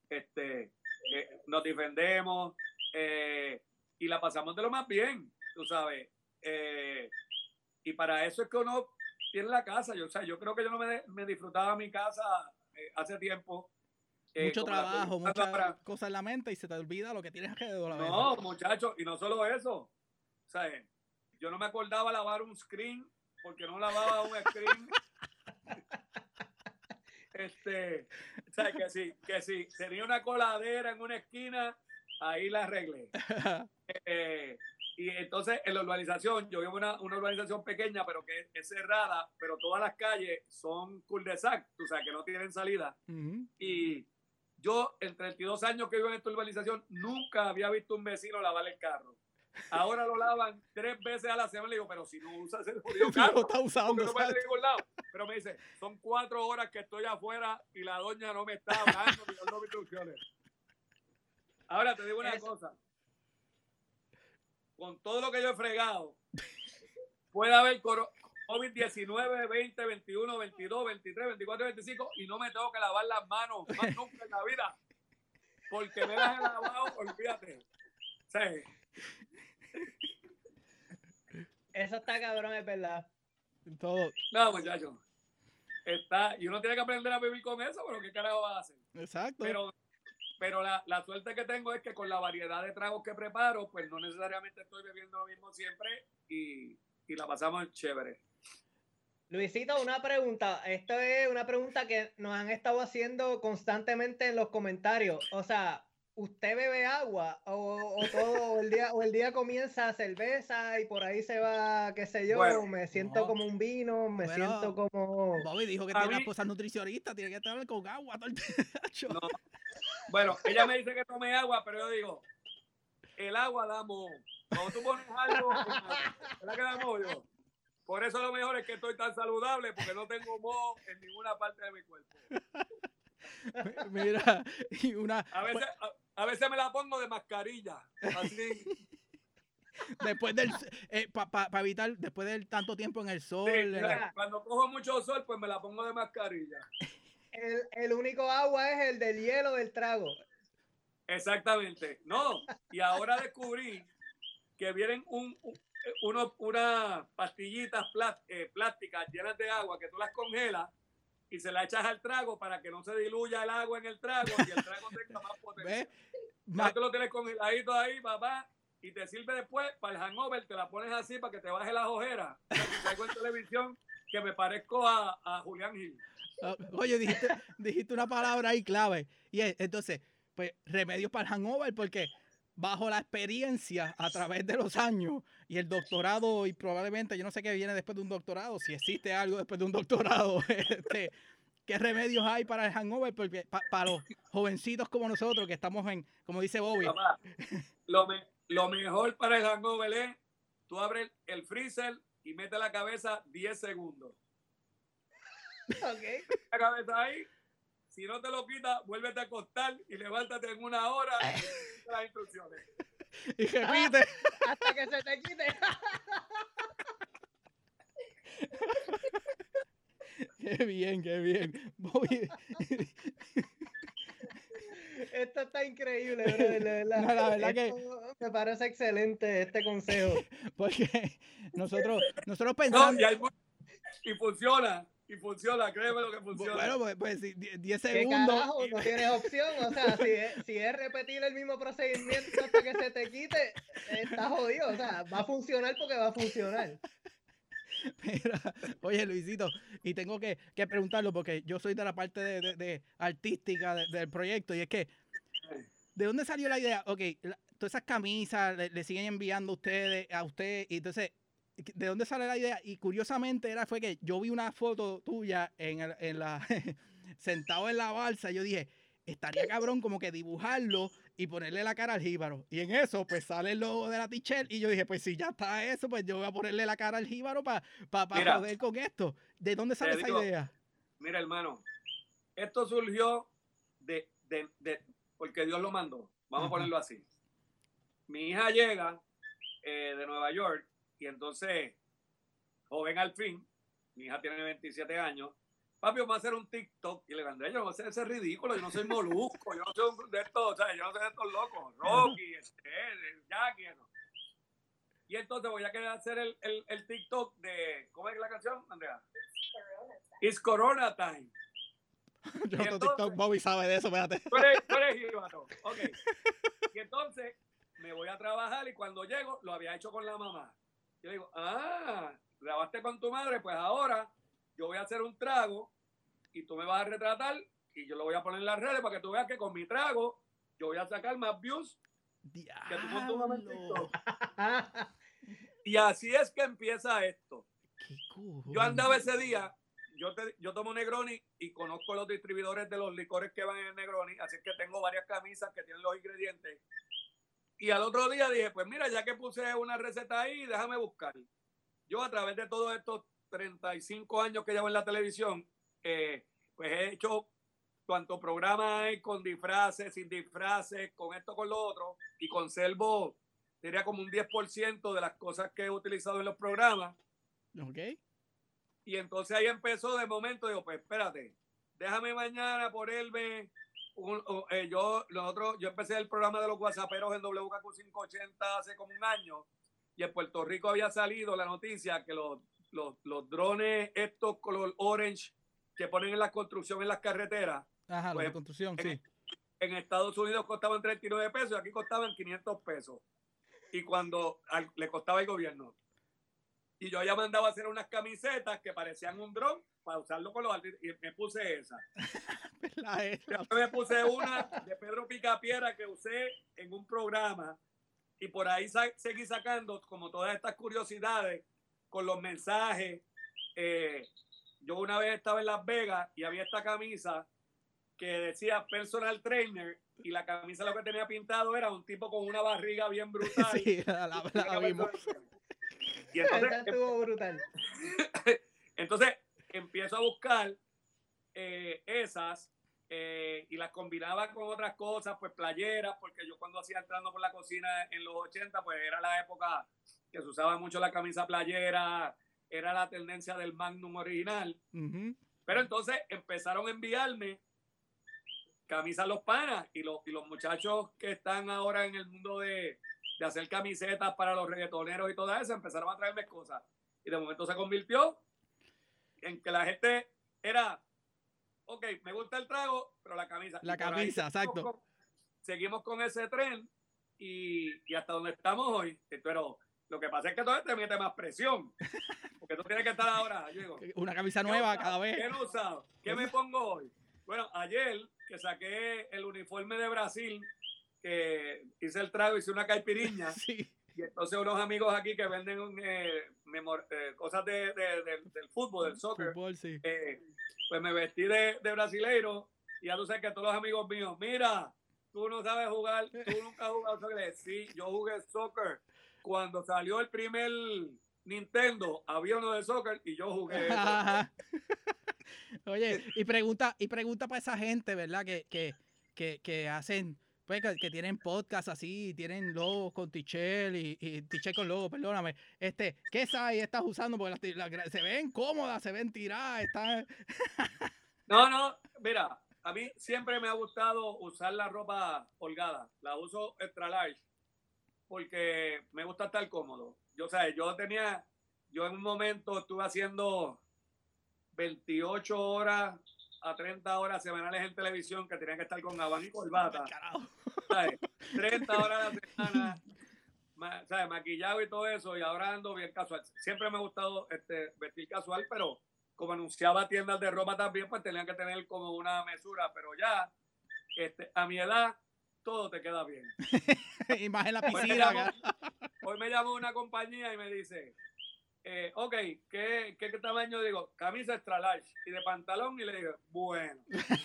nos defendemos y la pasamos de lo más bien, tú sabes. Y para eso es que uno tiene la casa. Yo creo que yo no me disfrutaba mi casa hace tiempo. Mucho trabajo, muchas cosas en la mente y se te olvida lo que tienes alrededor. No, muchachos, y no solo eso. O sea, yo no me acordaba lavar un screen porque no lavaba un screen. O sea, que sí, tenía una coladera en una esquina, ahí la arreglé. Y entonces en la urbanización, yo vivo en una urbanización pequeña, pero que es cerrada, pero todas las calles son cul-de-sac, o sea, que no tienen salida. Y yo, en 32 años que vivo en esta urbanización, nunca había visto un vecino lavar el carro. Ahora lo lavan 3 veces a la semana. Le digo, pero si no usas el jodido carro, lo está usando, porque no puedes ir a ningún lado. Pero me dice, son 4 horas que estoy afuera y la doña no me está hablando ni dando instrucciones. Ahora te digo una cosa. Con todo lo que yo he fregado, puede haber COVID-19, 20, 21, 22, 23, 24, 25 y no me tengo que lavar las manos más nunca en la vida. Porque me las he lavado, olvídate. Sí. Eso está cabrón, es verdad. Todo. No, muchachos. Y uno tiene que aprender a vivir con eso, pero ¿qué carajo va a hacer? Exacto. Pero la suerte que tengo es que con la variedad de tragos que preparo, pues no necesariamente estoy bebiendo lo mismo siempre y la pasamos chévere. Luisito, una pregunta. Esto es una pregunta que nos han estado haciendo constantemente en los comentarios. O sea, ¿usted bebe agua o todo el día comienza cerveza y por ahí se va, qué sé yo, Bueno, me siento como un vino, me siento como... Bobby dijo que tiene esposa nutricionista, tiene que estar con agua todo el techo. No. Bueno, ella me dice que tome agua, pero yo digo, el agua da moho. Cuando tú pones algo, ¿verdad que da moho yo? Por eso lo mejor es que estoy tan saludable, porque no tengo moho en ninguna parte de mi cuerpo. Mira, y a veces me la pongo de mascarilla, así. Después del para evitar después del tanto tiempo en el sol. Sí, mira, cuando cojo mucho sol, pues me la pongo de mascarilla. El único agua es el del hielo del trago. Exactamente. No, y ahora descubrí que vienen unas pastillitas plásticas llenas de agua que tú las congelas y se las echas al trago para que no se diluya el agua en el trago y el trago tenga más potencia. Ya tú lo tienes congeladito ahí, papá, y te sirve después para el hangover, te la pones así para que te baje las ojeras. O sea, si salgo en televisión que me parezco a Julián Gil. Oye, dijiste una palabra ahí clave. Y entonces, pues, remedios para el hangover, porque bajo la experiencia a través de los años y el doctorado, y probablemente, yo no sé qué viene después de un doctorado, si existe algo después de un doctorado, ¿qué remedios hay para el hangover? Porque para los jovencitos como nosotros, que estamos como dice Bobby. Papá, lo mejor para el hangover es, tú abres el freezer y metes la cabeza 10 segundos. Okay. La cabeza ahí, si no te lo quitas, vuélvete a acostar y levántate en 1 hora y repite las instrucciones. Y repite. Hasta que se te quite. Qué bien. Bobby. Esto está increíble, bro, la verdad que me parece excelente este consejo. Porque nosotros pensamos... No, y funciona, créeme lo que funciona. Bueno, pues 10 segundos. ¿Qué carajo? No tienes opción. O sea, si es repetir el mismo procedimiento hasta que se te quite, estás jodido. O sea, va a funcionar porque va a funcionar. Mira, oye, Luisito, y tengo que preguntarlo porque yo soy de la parte de artística del proyecto, y es que, ¿de dónde salió la idea? Ok, todas esas camisas le siguen enviando a usted, y entonces, ¿de dónde sale la idea? Y curiosamente fue que yo vi una foto tuya en la sentado en la balsa, y yo dije, estaría cabrón como que dibujarlo y ponerle la cara al jíbaro. Y en eso, pues sale el logo de la t-shirt. Y yo dije, pues si ya está eso, pues yo voy a ponerle la cara al jíbaro para joder con esto. ¿De dónde sale esa idea? Mira, hermano, esto surgió porque Dios lo mandó. Vamos a ponerlo así. Mi hija llega de Nueva York y entonces, joven al fin, mi hija tiene 27 años. Papi, vamos a hacer un TikTok. Y le mandé, yo no voy a hacer ese ridículo, yo no soy Molusco, yo no soy de estos, o sea, yo no soy de estos locos, Rocky, Jackie, no. Y entonces voy a querer hacer el TikTok de, ¿cómo es la canción, Andrea? It's Corona Time. Yo no TikTok, Bobby sabe de eso, espérate. Tú eres jíbaro, ok. Y entonces me voy a trabajar y cuando llego, lo había hecho con la mamá. Yo digo, grabaste con tu madre, pues ahora yo voy a hacer un trago y tú me vas a retratar y yo lo voy a poner en las redes para que tú veas que con mi trago yo voy a sacar más views que tú con tu mamá en TikTok. Y así es que empieza esto. Yo andaba ese día, yo tomo Negroni y conozco los distribuidores de los licores que van en Negroni, así que tengo varias camisas que tienen los ingredientes. Y al otro día dije, pues mira, ya que puse una receta ahí, déjame buscar. Yo a través de todos estos 35 años que llevo en la televisión, pues he hecho cuanto programa hay con disfraces, sin disfraces, con esto, con lo otro, y conservo, diría como un 10% de las cosas que he utilizado en los programas. Ok. Y entonces ahí empezó de momento, digo, pues espérate, déjame mañana ponerme yo empecé el programa de los WhatsApperos en WKQ 580 hace como un año, y en Puerto Rico había salido la noticia que los drones estos color orange que ponen en la construcción en las carreteras, Ajá, pues, la construcción, sí. En Estados Unidos costaban 39 pesos y aquí costaban 500 pesos. Y cuando le costaba el gobierno. Y yo ya mandaba a hacer unas camisetas que parecían un dron para usarlo con los artistas. Y me puse esa. Me puse una de Pedro Picapiedra que usé en un programa. Y por ahí seguí sacando como todas estas curiosidades con los mensajes. Yo una vez estaba en Las Vegas y había esta camisa que decía personal trainer, y la camisa lo que tenía pintado era un tipo con una barriga bien brutal. Sí, la vimos. Y entonces, estuvo brutal. Entonces empiezo a buscar esas y las combinaba con otras cosas, pues playeras, porque yo cuando hacía entrando por la cocina en los 80, pues era la época que se usaba mucho la camisa playera, era la tendencia del Magnum original. Pero entonces empezaron a enviarme camisas los panas y los muchachos que están ahora en el mundo de hacer camisetas para los reggaetoneros y todo eso, empezaron a traerme cosas. Y de momento se convirtió en que la gente era, ok, me gusta el trago, pero la camisa. La camisa, exacto. Seguimos con ese tren y hasta donde estamos hoy. Pero lo que pasa es que todo te mete más presión. Porque tú tienes que estar ahora. Yo digo, una camisa nueva cada vez. ¿Qué no he usado? ¿Qué me pongo hoy? Bueno, ayer que saqué el uniforme de Brasil, que hice el trago, hice una caipiriña. Sí. Y entonces unos amigos aquí que venden cosas del fútbol, del soccer, fútbol, sí. pues me vestí de brasileiro, y ya tú sabes que todos los amigos míos, mira, tú no sabes jugar, tú nunca has jugado soccer. Sí, yo jugué soccer. Cuando salió el primer Nintendo, había uno de soccer y yo jugué. Oye, y pregunta para esa gente, ¿verdad? Que hacen, pues, que tienen podcast así, tienen logos con Tichel y Tichel con logos, perdóname. ¿Qué size estás usando? Porque se ven cómodas, se ven tiradas, están... No, mira, a mí siempre me ha gustado usar la ropa holgada. La uso extra large porque me gusta estar cómodo. Yo en un momento estuve haciendo 28 horas a 30 horas semanales en televisión, que tenían que estar con abanico y corbata. 30 horas a la semana, ¿sabes? Maquillado y todo eso, y ahora ando bien casual. Siempre me ha gustado vestir casual, pero como anunciaba tiendas de ropa también, pues tenían que tener como una mesura, pero ya a mi edad todo te queda bien. Y más en la piscina. Hoy me llamó una compañía y me dice, ok, ¿qué tamaño? Digo, camisa extra large y de pantalón, y le digo, bueno.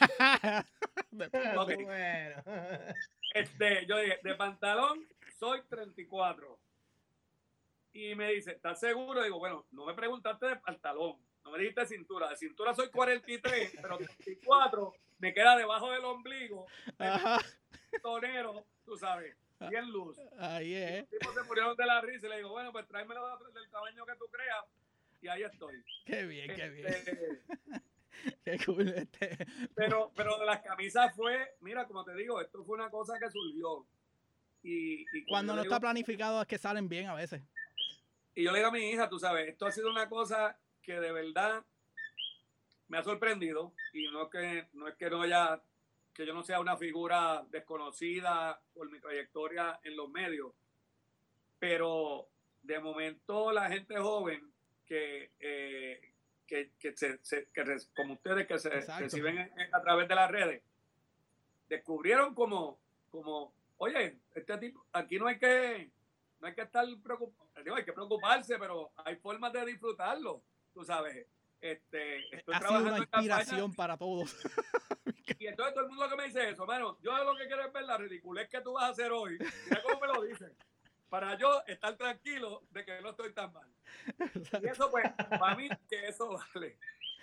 Okay. Bueno. Yo dije, de pantalón soy 34. Y me dice, ¿estás seguro? Digo, bueno, no me preguntaste de pantalón, no me dijiste de cintura. De cintura soy 43, pero 34 me queda debajo del ombligo. Tonero, tú sabes, bien luz. Ahí es. Los tipos se murieron de la risa y le digo, bueno, pues tráemelo del tamaño que tú creas. Y ahí estoy. Qué bien, qué bien. Qué cool. Pero de las camisas fue, mira, como te digo, esto fue una cosa que surgió. Y cuando no está planificado es que salen bien a veces. Y yo le digo a mi hija, tú sabes, esto ha sido una cosa que de verdad me ha sorprendido, y no es que yo no sea una figura desconocida por mi trayectoria en los medios, pero de momento la gente joven como ustedes que se Exacto. reciben a través de las redes, descubrieron como oye, este tipo, aquí no hay que estar preocupado, hay que preocuparse, pero hay formas de disfrutarlo, tú sabes. Estoy Ha sido trabajando una en campaña inspiración para todos. y entonces todo el mundo que me dice eso, mano, yo lo que quiero es ver la ridiculez que tú vas a hacer hoy. Mira cómo me lo dicen. Para yo estar tranquilo de que no estoy tan mal. Y eso, pues, para mí, que eso vale.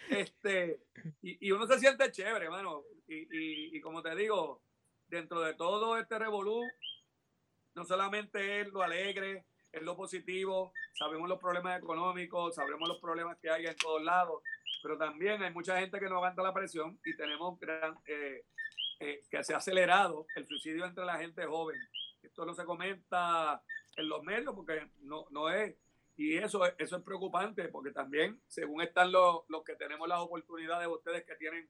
Y uno se siente chévere, mano. Y como te digo, dentro de todo este revolú, no solamente es lo alegre, es lo positivo, sabemos los problemas económicos, sabemos los problemas que hay en todos lados, pero también hay mucha gente que no aguanta la presión y tenemos que se ha acelerado el suicidio entre la gente joven. Esto no se comenta en los medios porque no es. Y eso es preocupante porque también, según están los que tenemos las oportunidades, ustedes que tienen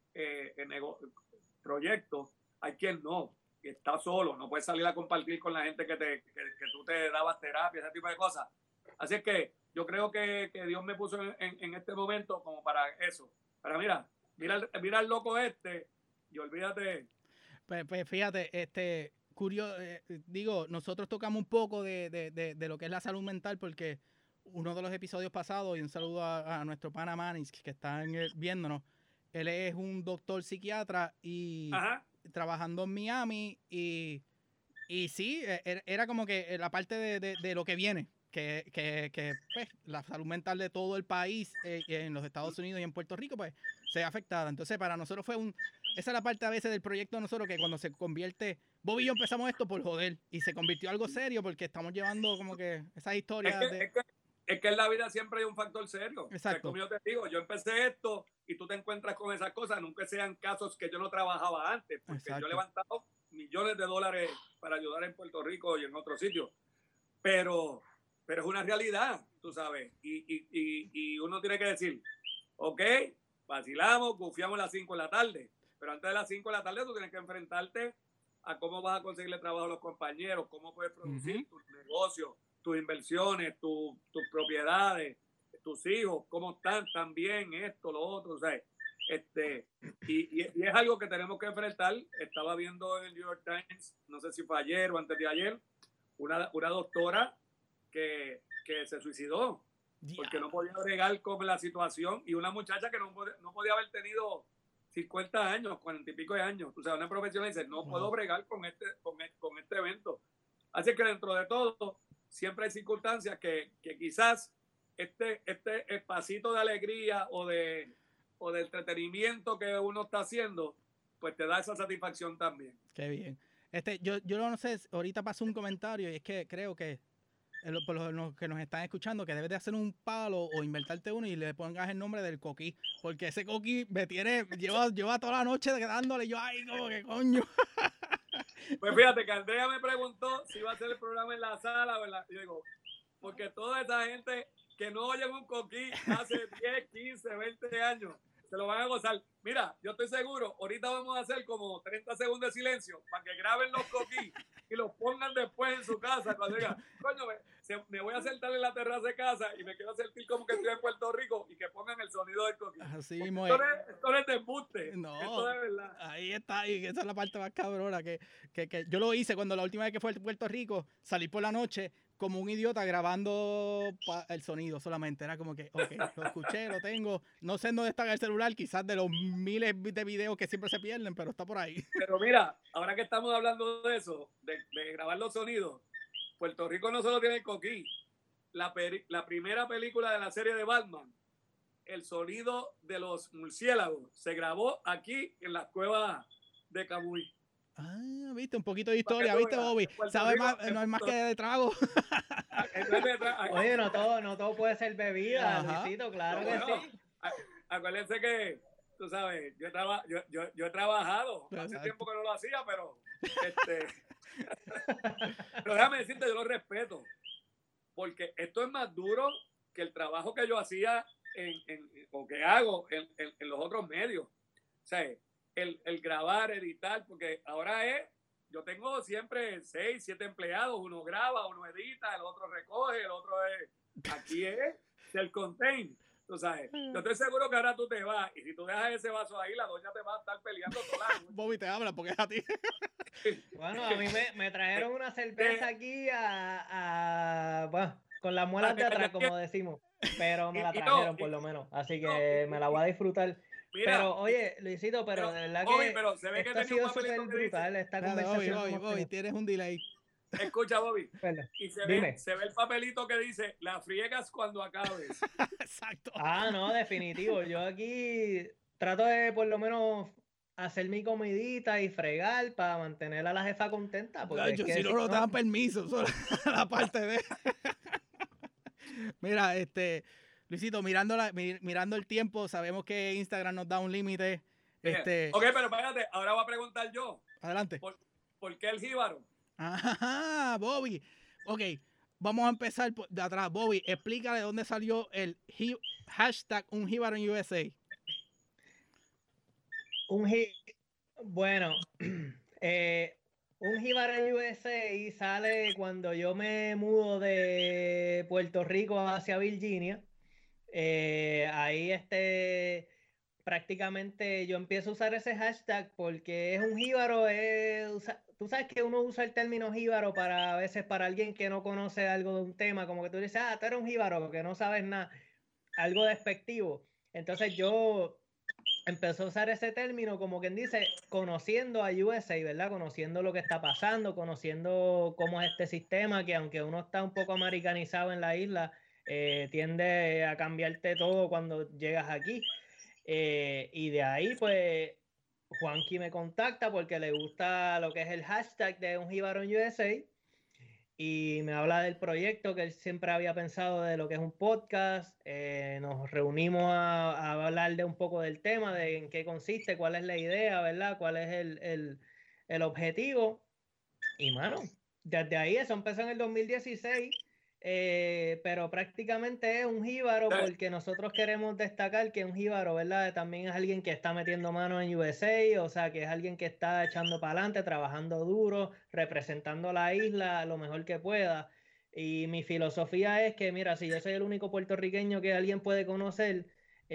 proyectos, hay quien no, que está solo, no puedes salir a compartir con la gente que tú te dabas terapia, ese tipo de cosas. Así es que yo creo que Dios me puso en este momento como para eso. Pero mira el loco y olvídate. Pues fíjate, curioso, digo, nosotros tocamos un poco de lo que es la salud mental porque uno de los episodios pasados, y un saludo a nuestro pana Manis que está viéndonos, él es un doctor psiquiatra y Ajá. trabajando en Miami y sí, era como que la parte de lo que viene, que pues, la salud mental de todo el país en los Estados Unidos y en Puerto Rico pues se ve afectada. Entonces para nosotros esa es la parte a veces del proyecto de nosotros que cuando se convierte, Bobby y yo empezamos esto por joder y se convirtió en algo serio porque estamos llevando como que esas historias es que en la vida siempre hay un factor serio. Exacto. O sea, como yo te digo, yo empecé esto y tú te encuentras con esas cosas, nunca sean casos que yo no trabajaba antes, porque Exacto. yo he levantado millones de dólares para ayudar en Puerto Rico y en otros sitios. Pero es una realidad, tú sabes. Y uno tiene que decir, ok, vacilamos, confiamos a las 5 de la tarde, pero antes de las 5 de la tarde tú tienes que enfrentarte a cómo vas a conseguirle trabajo a los compañeros, cómo puedes producir tus negocios, tus inversiones, tus propiedades, tus hijos, cómo están también, esto, lo otro, o sea, y es algo que tenemos que enfrentar. Estaba viendo en el New York Times, no sé si fue ayer o antes de ayer, una doctora que se suicidó porque no podía bregar con la situación, y una muchacha que no podía haber tenido 50 años, 40 y pico de años, o sea, una profesional dice, no puedo bregar con este evento. Así que dentro de todo, siempre hay circunstancias que quizás este espacito de alegría o de entretenimiento que uno está haciendo, pues te da esa satisfacción también. Qué bien. Yo no sé, ahorita pasó un comentario y es que creo que por los que nos están escuchando, que debes de hacer un palo o inventarte uno y le pongas el nombre del coquí, porque ese coquí lleva toda la noche dándole, yo, ay, como que coño. Pues fíjate que Andrea me preguntó si iba a hacer el programa en la sala o en la... Yo digo, porque toda esa gente que no oyen un coquí hace 10, 15, 20 años, se lo van a gozar. Mira, yo estoy seguro, ahorita vamos a hacer como 30 segundos de silencio para que graben los coquí y los pongan después en su casa. Cuando digan, coño, me voy a sentar en la terraza de casa y me quiero sentir como que estoy en Puerto Rico, y que pongan el sonido del coquí. Así mismo esto no es de embuste, no, esto es verdad. Ahí está, y esa es la parte más cabrona que yo lo hice cuando la última vez que fue a Puerto Rico, salí por la noche como un idiota grabando el sonido solamente. Era como que, ok, lo escuché, lo tengo. No sé dónde está el celular, quizás de los miles de videos que siempre se pierden, pero está por ahí. Pero mira, ahora que estamos hablando de eso, de grabar los sonidos, Puerto Rico no solo tiene el coquí. La primera película de la serie de Batman, el sonido de los murciélagos, se grabó aquí en las cuevas de Camuy. Ah, viste, un poquito de historia, viste, Bobby. ¿Sabes más? No es más que de trago. Oye, no todo puede ser bebida, Luisito, claro no, que bueno, sí. Acuérdense que, tú sabes, yo he trabajado, hace tiempo que no lo hacía, pero pero déjame decirte, yo lo respeto, porque esto es más duro que el trabajo que yo hacía o que hago en los otros medios. O sea, el grabar, editar, porque ahora yo tengo siempre 6, 7 empleados, uno graba, uno edita, el otro recoge, el otro aquí es del contain. Tú sabes, yo estoy seguro que ahora tú te vas y si tú dejas ese vaso ahí, la doña te va a estar peleando toda la noche. Bobby te habla porque es a ti. Bueno, a mí me trajeron una cerveza aquí bueno, con las muelas de atrás, como decimos, pero me la trajeron por lo menos, así que me la voy a disfrutar. Mira, pero oye, Luisito, pero de verdad Bobby, que pero se ve esto que ha sido súper brutal, esta conversación. Bobby, tienes un delay. Escucha, Bobby. Bueno, y se ve el papelito que dice, la friegas cuando acabes. Exacto. No, definitivo. Yo aquí trato de por lo menos hacer mi comidita y fregar para mantener a la jefa contenta. Porque si no te dan permiso, solo la parte de... Mira, Luisito, mirando el tiempo, sabemos que Instagram nos da un límite. Ok, pero espérate, ahora voy a preguntar yo. Adelante. ¿Por qué el jíbaro? Ajá, Bobby. Ok, vamos a empezar de atrás. Bobby, explícale dónde salió el hashtag Un Jíbaro en USA. Bueno, Un Jíbaro en USA sale cuando yo me mudo de Puerto Rico hacia Virginia. Ahí prácticamente yo empiezo a usar ese hashtag porque es un jíbaro. Tú sabes que uno usa el término jíbaro a veces para alguien que no conoce algo de un tema, como que tú dices, tú eres un jíbaro porque no sabes nada, algo despectivo. Entonces yo empecé a usar ese término como quien dice, conociendo a USA, ¿verdad? Conociendo lo que está pasando, conociendo cómo es este sistema, que aunque uno está un poco americanizado en la isla, tiende a cambiarte todo cuando llegas aquí. Y de ahí, pues, Juanqui me contacta porque le gusta lo que es el hashtag de Un Jíbaro en USA y me habla del proyecto que él siempre había pensado de lo que es un podcast. Nos reunimos a hablar de un poco del tema, de en qué consiste, cuál es la idea, ¿verdad? Cuál es el objetivo. Y, mano, desde ahí eso empezó en el 2016. Pero prácticamente es un jíbaro porque nosotros queremos destacar que un jíbaro, ¿verdad? También es alguien que está metiendo mano en USA, o sea, que es alguien que está echando para adelante, trabajando duro, representando a la isla lo mejor que pueda. Y mi filosofía es que, mira, si yo soy el único puertorriqueño que alguien puede conocer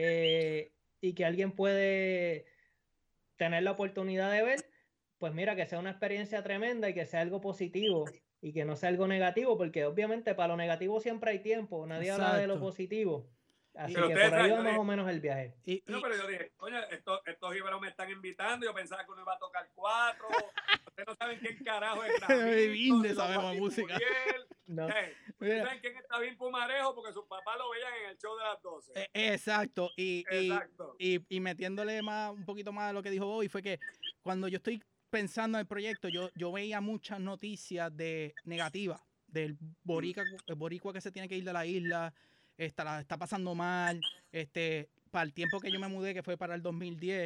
y que alguien puede tener la oportunidad de ver, pues mira, que sea una experiencia tremenda y que sea algo positivo y que no sea algo negativo, porque obviamente para lo negativo siempre hay tiempo, nadie habla de lo positivo. Así que por ahí va más o menos el viaje. No, pero yo dije, coño, estos jíbaros me están invitando, yo pensaba que uno iba a tocar 4, ustedes no saben quién carajo es David, sabemos música. No. Ustedes saben quién está bien Pumarejo porque sus papás lo veían en el show de las 12. Exacto, y metiéndole un poquito más a lo que dijo Bobby, fue que cuando yo estoy pensando en el proyecto, yo veía muchas noticias negativas del boricua que se tiene que ir de la isla, la está pasando mal, para el tiempo que yo me mudé, que fue para el 2010,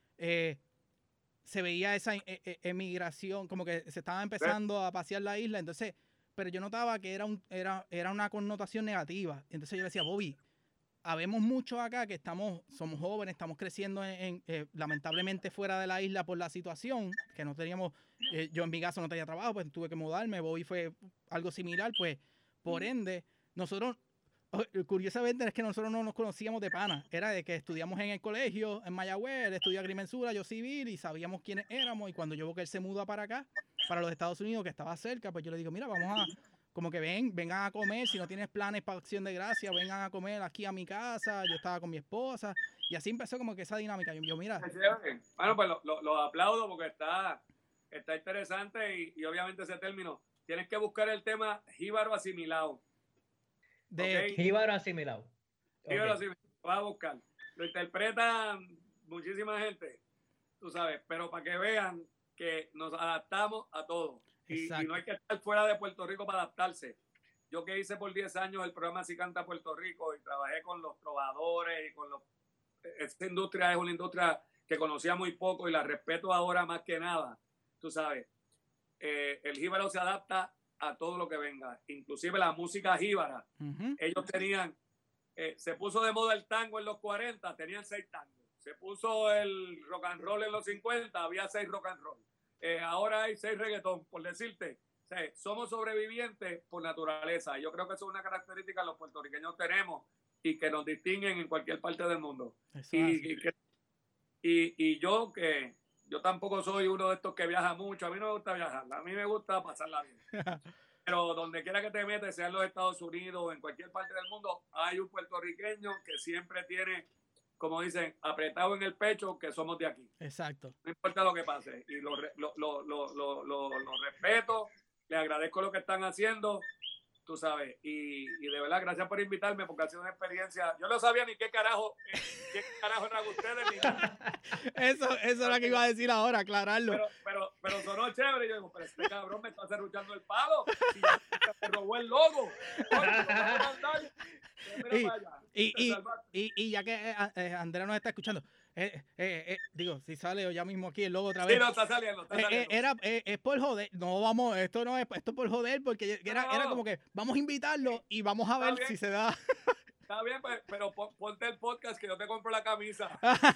se veía esa emigración, como que se estaba empezando a pasear la isla, entonces, pero yo notaba que era una connotación negativa, entonces yo le decía, Bobby, habemos muchos acá que somos jóvenes, estamos creciendo lamentablemente fuera de la isla por la situación, que no teníamos, yo en mi caso no tenía trabajo, pues tuve que mudarme, Bobby fue algo similar, pues por ende, nosotros, curiosamente es que nosotros no nos conocíamos de pana, era de que estudiamos en el colegio, en Mayagüez, él estudió agrimensura, yo civil, y sabíamos quiénes éramos, y cuando yo veo que él se muda para acá, para los Estados Unidos, que estaba cerca, pues yo le digo, mira, vamos a... Como que vengan a comer, si no tienes planes para Acción de Gracia, vengan a comer aquí a mi casa, yo estaba con mi esposa, y así empezó como que esa dinámica. Yo mira. Bueno, pues lo aplaudo porque está interesante y obviamente ese término, tienes que buscar el tema jíbaro asimilado. Jíbaro asimilado. Jíbaro asimilado, vas a buscar. Lo interpretan muchísima gente, tú sabes, pero para que vean que nos adaptamos a todo. Y no hay que estar fuera de Puerto Rico para adaptarse. Yo que hice por 10 años el programa Así Canta Puerto Rico y trabajé con los trovadores y con esta industria es una industria que conocía muy poco y la respeto ahora más que nada. Tú sabes, el jíbaro se adapta a todo lo que venga, inclusive la música jíbara. Ellos tenían, se puso de moda el tango en los 40, tenían 6 tangos. Se puso el rock and roll en los 50, había 6 rock and roll. Ahora hay 6 reggaetón, por decirte. O sea, somos sobrevivientes por naturaleza. Yo creo que eso es una característica que los puertorriqueños tenemos y que nos distinguen en cualquier parte del mundo. Eso Y yo tampoco soy uno de estos que viaja mucho. A mí no me gusta viajar, a mí me gusta pasarla bien. Pero donde quiera que te metes, sea en los Estados Unidos o en cualquier parte del mundo, hay un puertorriqueño que siempre tiene, como dicen, apretado en el pecho que somos de aquí. Exacto. No importa lo que pase. Y lo respeto, les agradezco lo que están haciendo, tú sabes. Y de verdad, gracias por invitarme porque ha sido una experiencia. Yo no sabía ni qué carajo eran ustedes. Eso es lo que iba a decir ahora, aclararlo. Pero sonó chévere. Y yo digo, pero este cabrón me está cerruchando el palo. Y ya me robó el logo. Y ya que Andrea nos está escuchando, digo, si sale ya mismo aquí el logo otra vez. Sí, no está saliendo. Es por joder. No, vamos, esto no es, esto es por joder, porque era como que vamos a invitarlo y vamos a ver si se da. Está bien, pero ponte el podcast que yo te compro la camisa.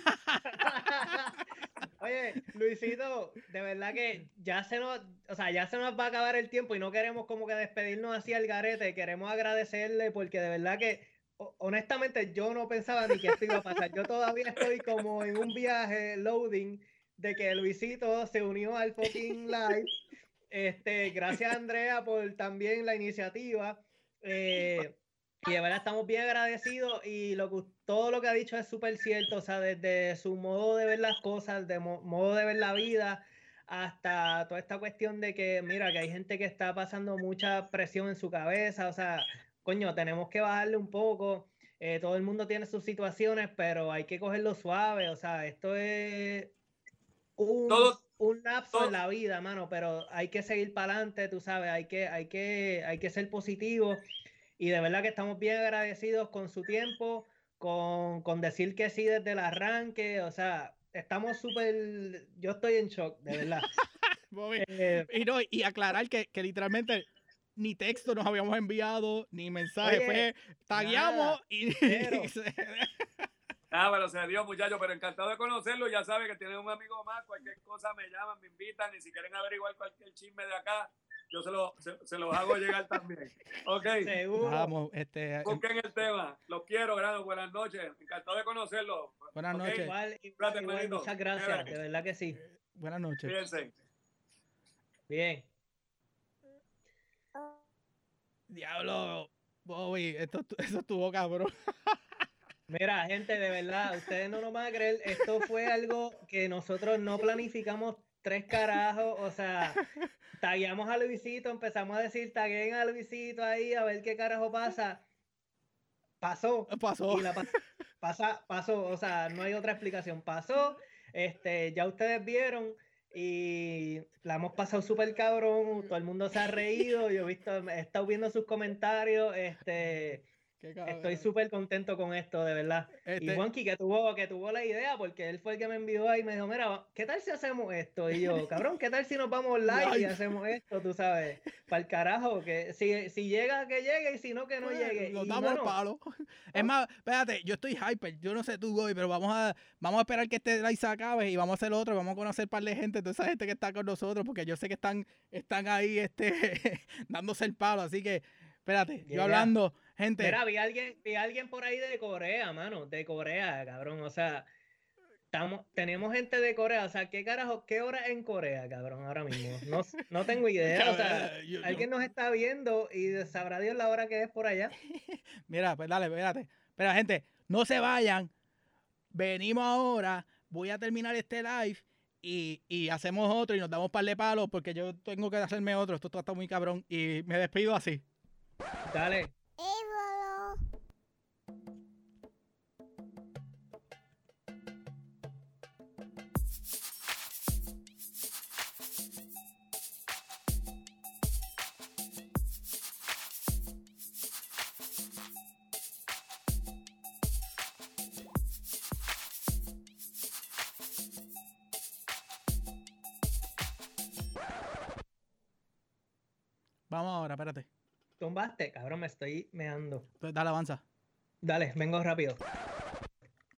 Oye, Luisito, de verdad que ya se nos va a acabar el tiempo y no queremos como que despedirnos así al garete. Queremos agradecerle porque de verdad que, honestamente, yo no pensaba ni que esto iba a pasar. Yo todavía estoy como en un viaje loading de que Luisito se unió al fucking live. Gracias, Andrea, por también la iniciativa. Y de verdad estamos bien agradecidos y todo lo que ha dicho es súper cierto, o sea, desde su modo de ver las cosas, de modo de ver la vida, hasta toda esta cuestión de que, mira, que hay gente que está pasando mucha presión en su cabeza, o sea, coño, tenemos que bajarle un poco, todo el mundo tiene sus situaciones, pero hay que cogerlo suave, o sea, esto es un lapso en la vida, mano, pero hay que seguir para adelante, tú sabes, hay que ser positivo. Y de verdad que estamos bien agradecidos con su tiempo, con decir que sí desde el arranque. O sea, estamos súper... Yo estoy en shock, de verdad. Y aclarar que literalmente ni texto nos habíamos enviado, ni mensaje. Oye, tagueamos pero se dio, muchachos, pero encantado de conocerlo. Ya sabe que tiene un amigo más, cualquier cosa me llaman, me invitan, y si quieren averiguar cualquier chisme de acá, yo se los hago llegar también. Ok. Seguro. Vamos, busquen el tema. Los quiero, grado. Buenas noches. Encantado de conocerlo. Buenas noches. Igual, muchas gracias, de verdad que sí. Buenas noches. Fíjense. Bien. Diablo, Bobby, eso estuvo cabrón. Mira, gente, de verdad, ustedes no nos van a creer, esto fue algo que nosotros no planificamos 3 carajos, o sea, tagueamos a Luisito, empezamos a decir, tagueen a Luisito ahí, a ver qué carajo pasa. Pasó. Pasó. Y pasó, o sea, no hay otra explicación. Pasó, ya ustedes vieron y la hemos pasado súper cabrón, todo el mundo se ha reído, he estado viendo sus comentarios, estoy súper contento con esto, de verdad. Y Juanqui que tuvo la idea, porque él fue el que me envió ahí y me dijo, mira, ¿qué tal si hacemos esto? Y yo, cabrón, ¿qué tal si nos vamos live y hacemos esto? Tú sabes, para el carajo, que si llega, que llegue, y si no, que no llegue. Nos damos el palo. Es más, espérate, yo estoy hyper, yo no sé tú, Goy, pero vamos a esperar que este live se acabe y vamos a hacer otro, vamos a conocer un par de gente, toda esa gente que está con nosotros, porque yo sé que están ahí dándose el palo, así que espérate, yo hablando, gente. Mira, vi a alguien por ahí de Corea, mano, de Corea, cabrón, o sea, tenemos gente de Corea, o sea, ¿qué carajo, qué hora en Corea, cabrón, ahora mismo? No tengo idea, o sea, alguien nos está viendo y sabrá Dios la hora que es por allá. Mira, pues dale, espérate. Pero gente, no se vayan, venimos ahora, voy a terminar este live y hacemos otro y nos damos par de palos porque yo tengo que hacerme otro, esto está muy cabrón y me despido así. Dale. Vamos ahora, espérate. Tumbaste, cabrón, me estoy meando. Dale, avanza. Dale, vengo rápido.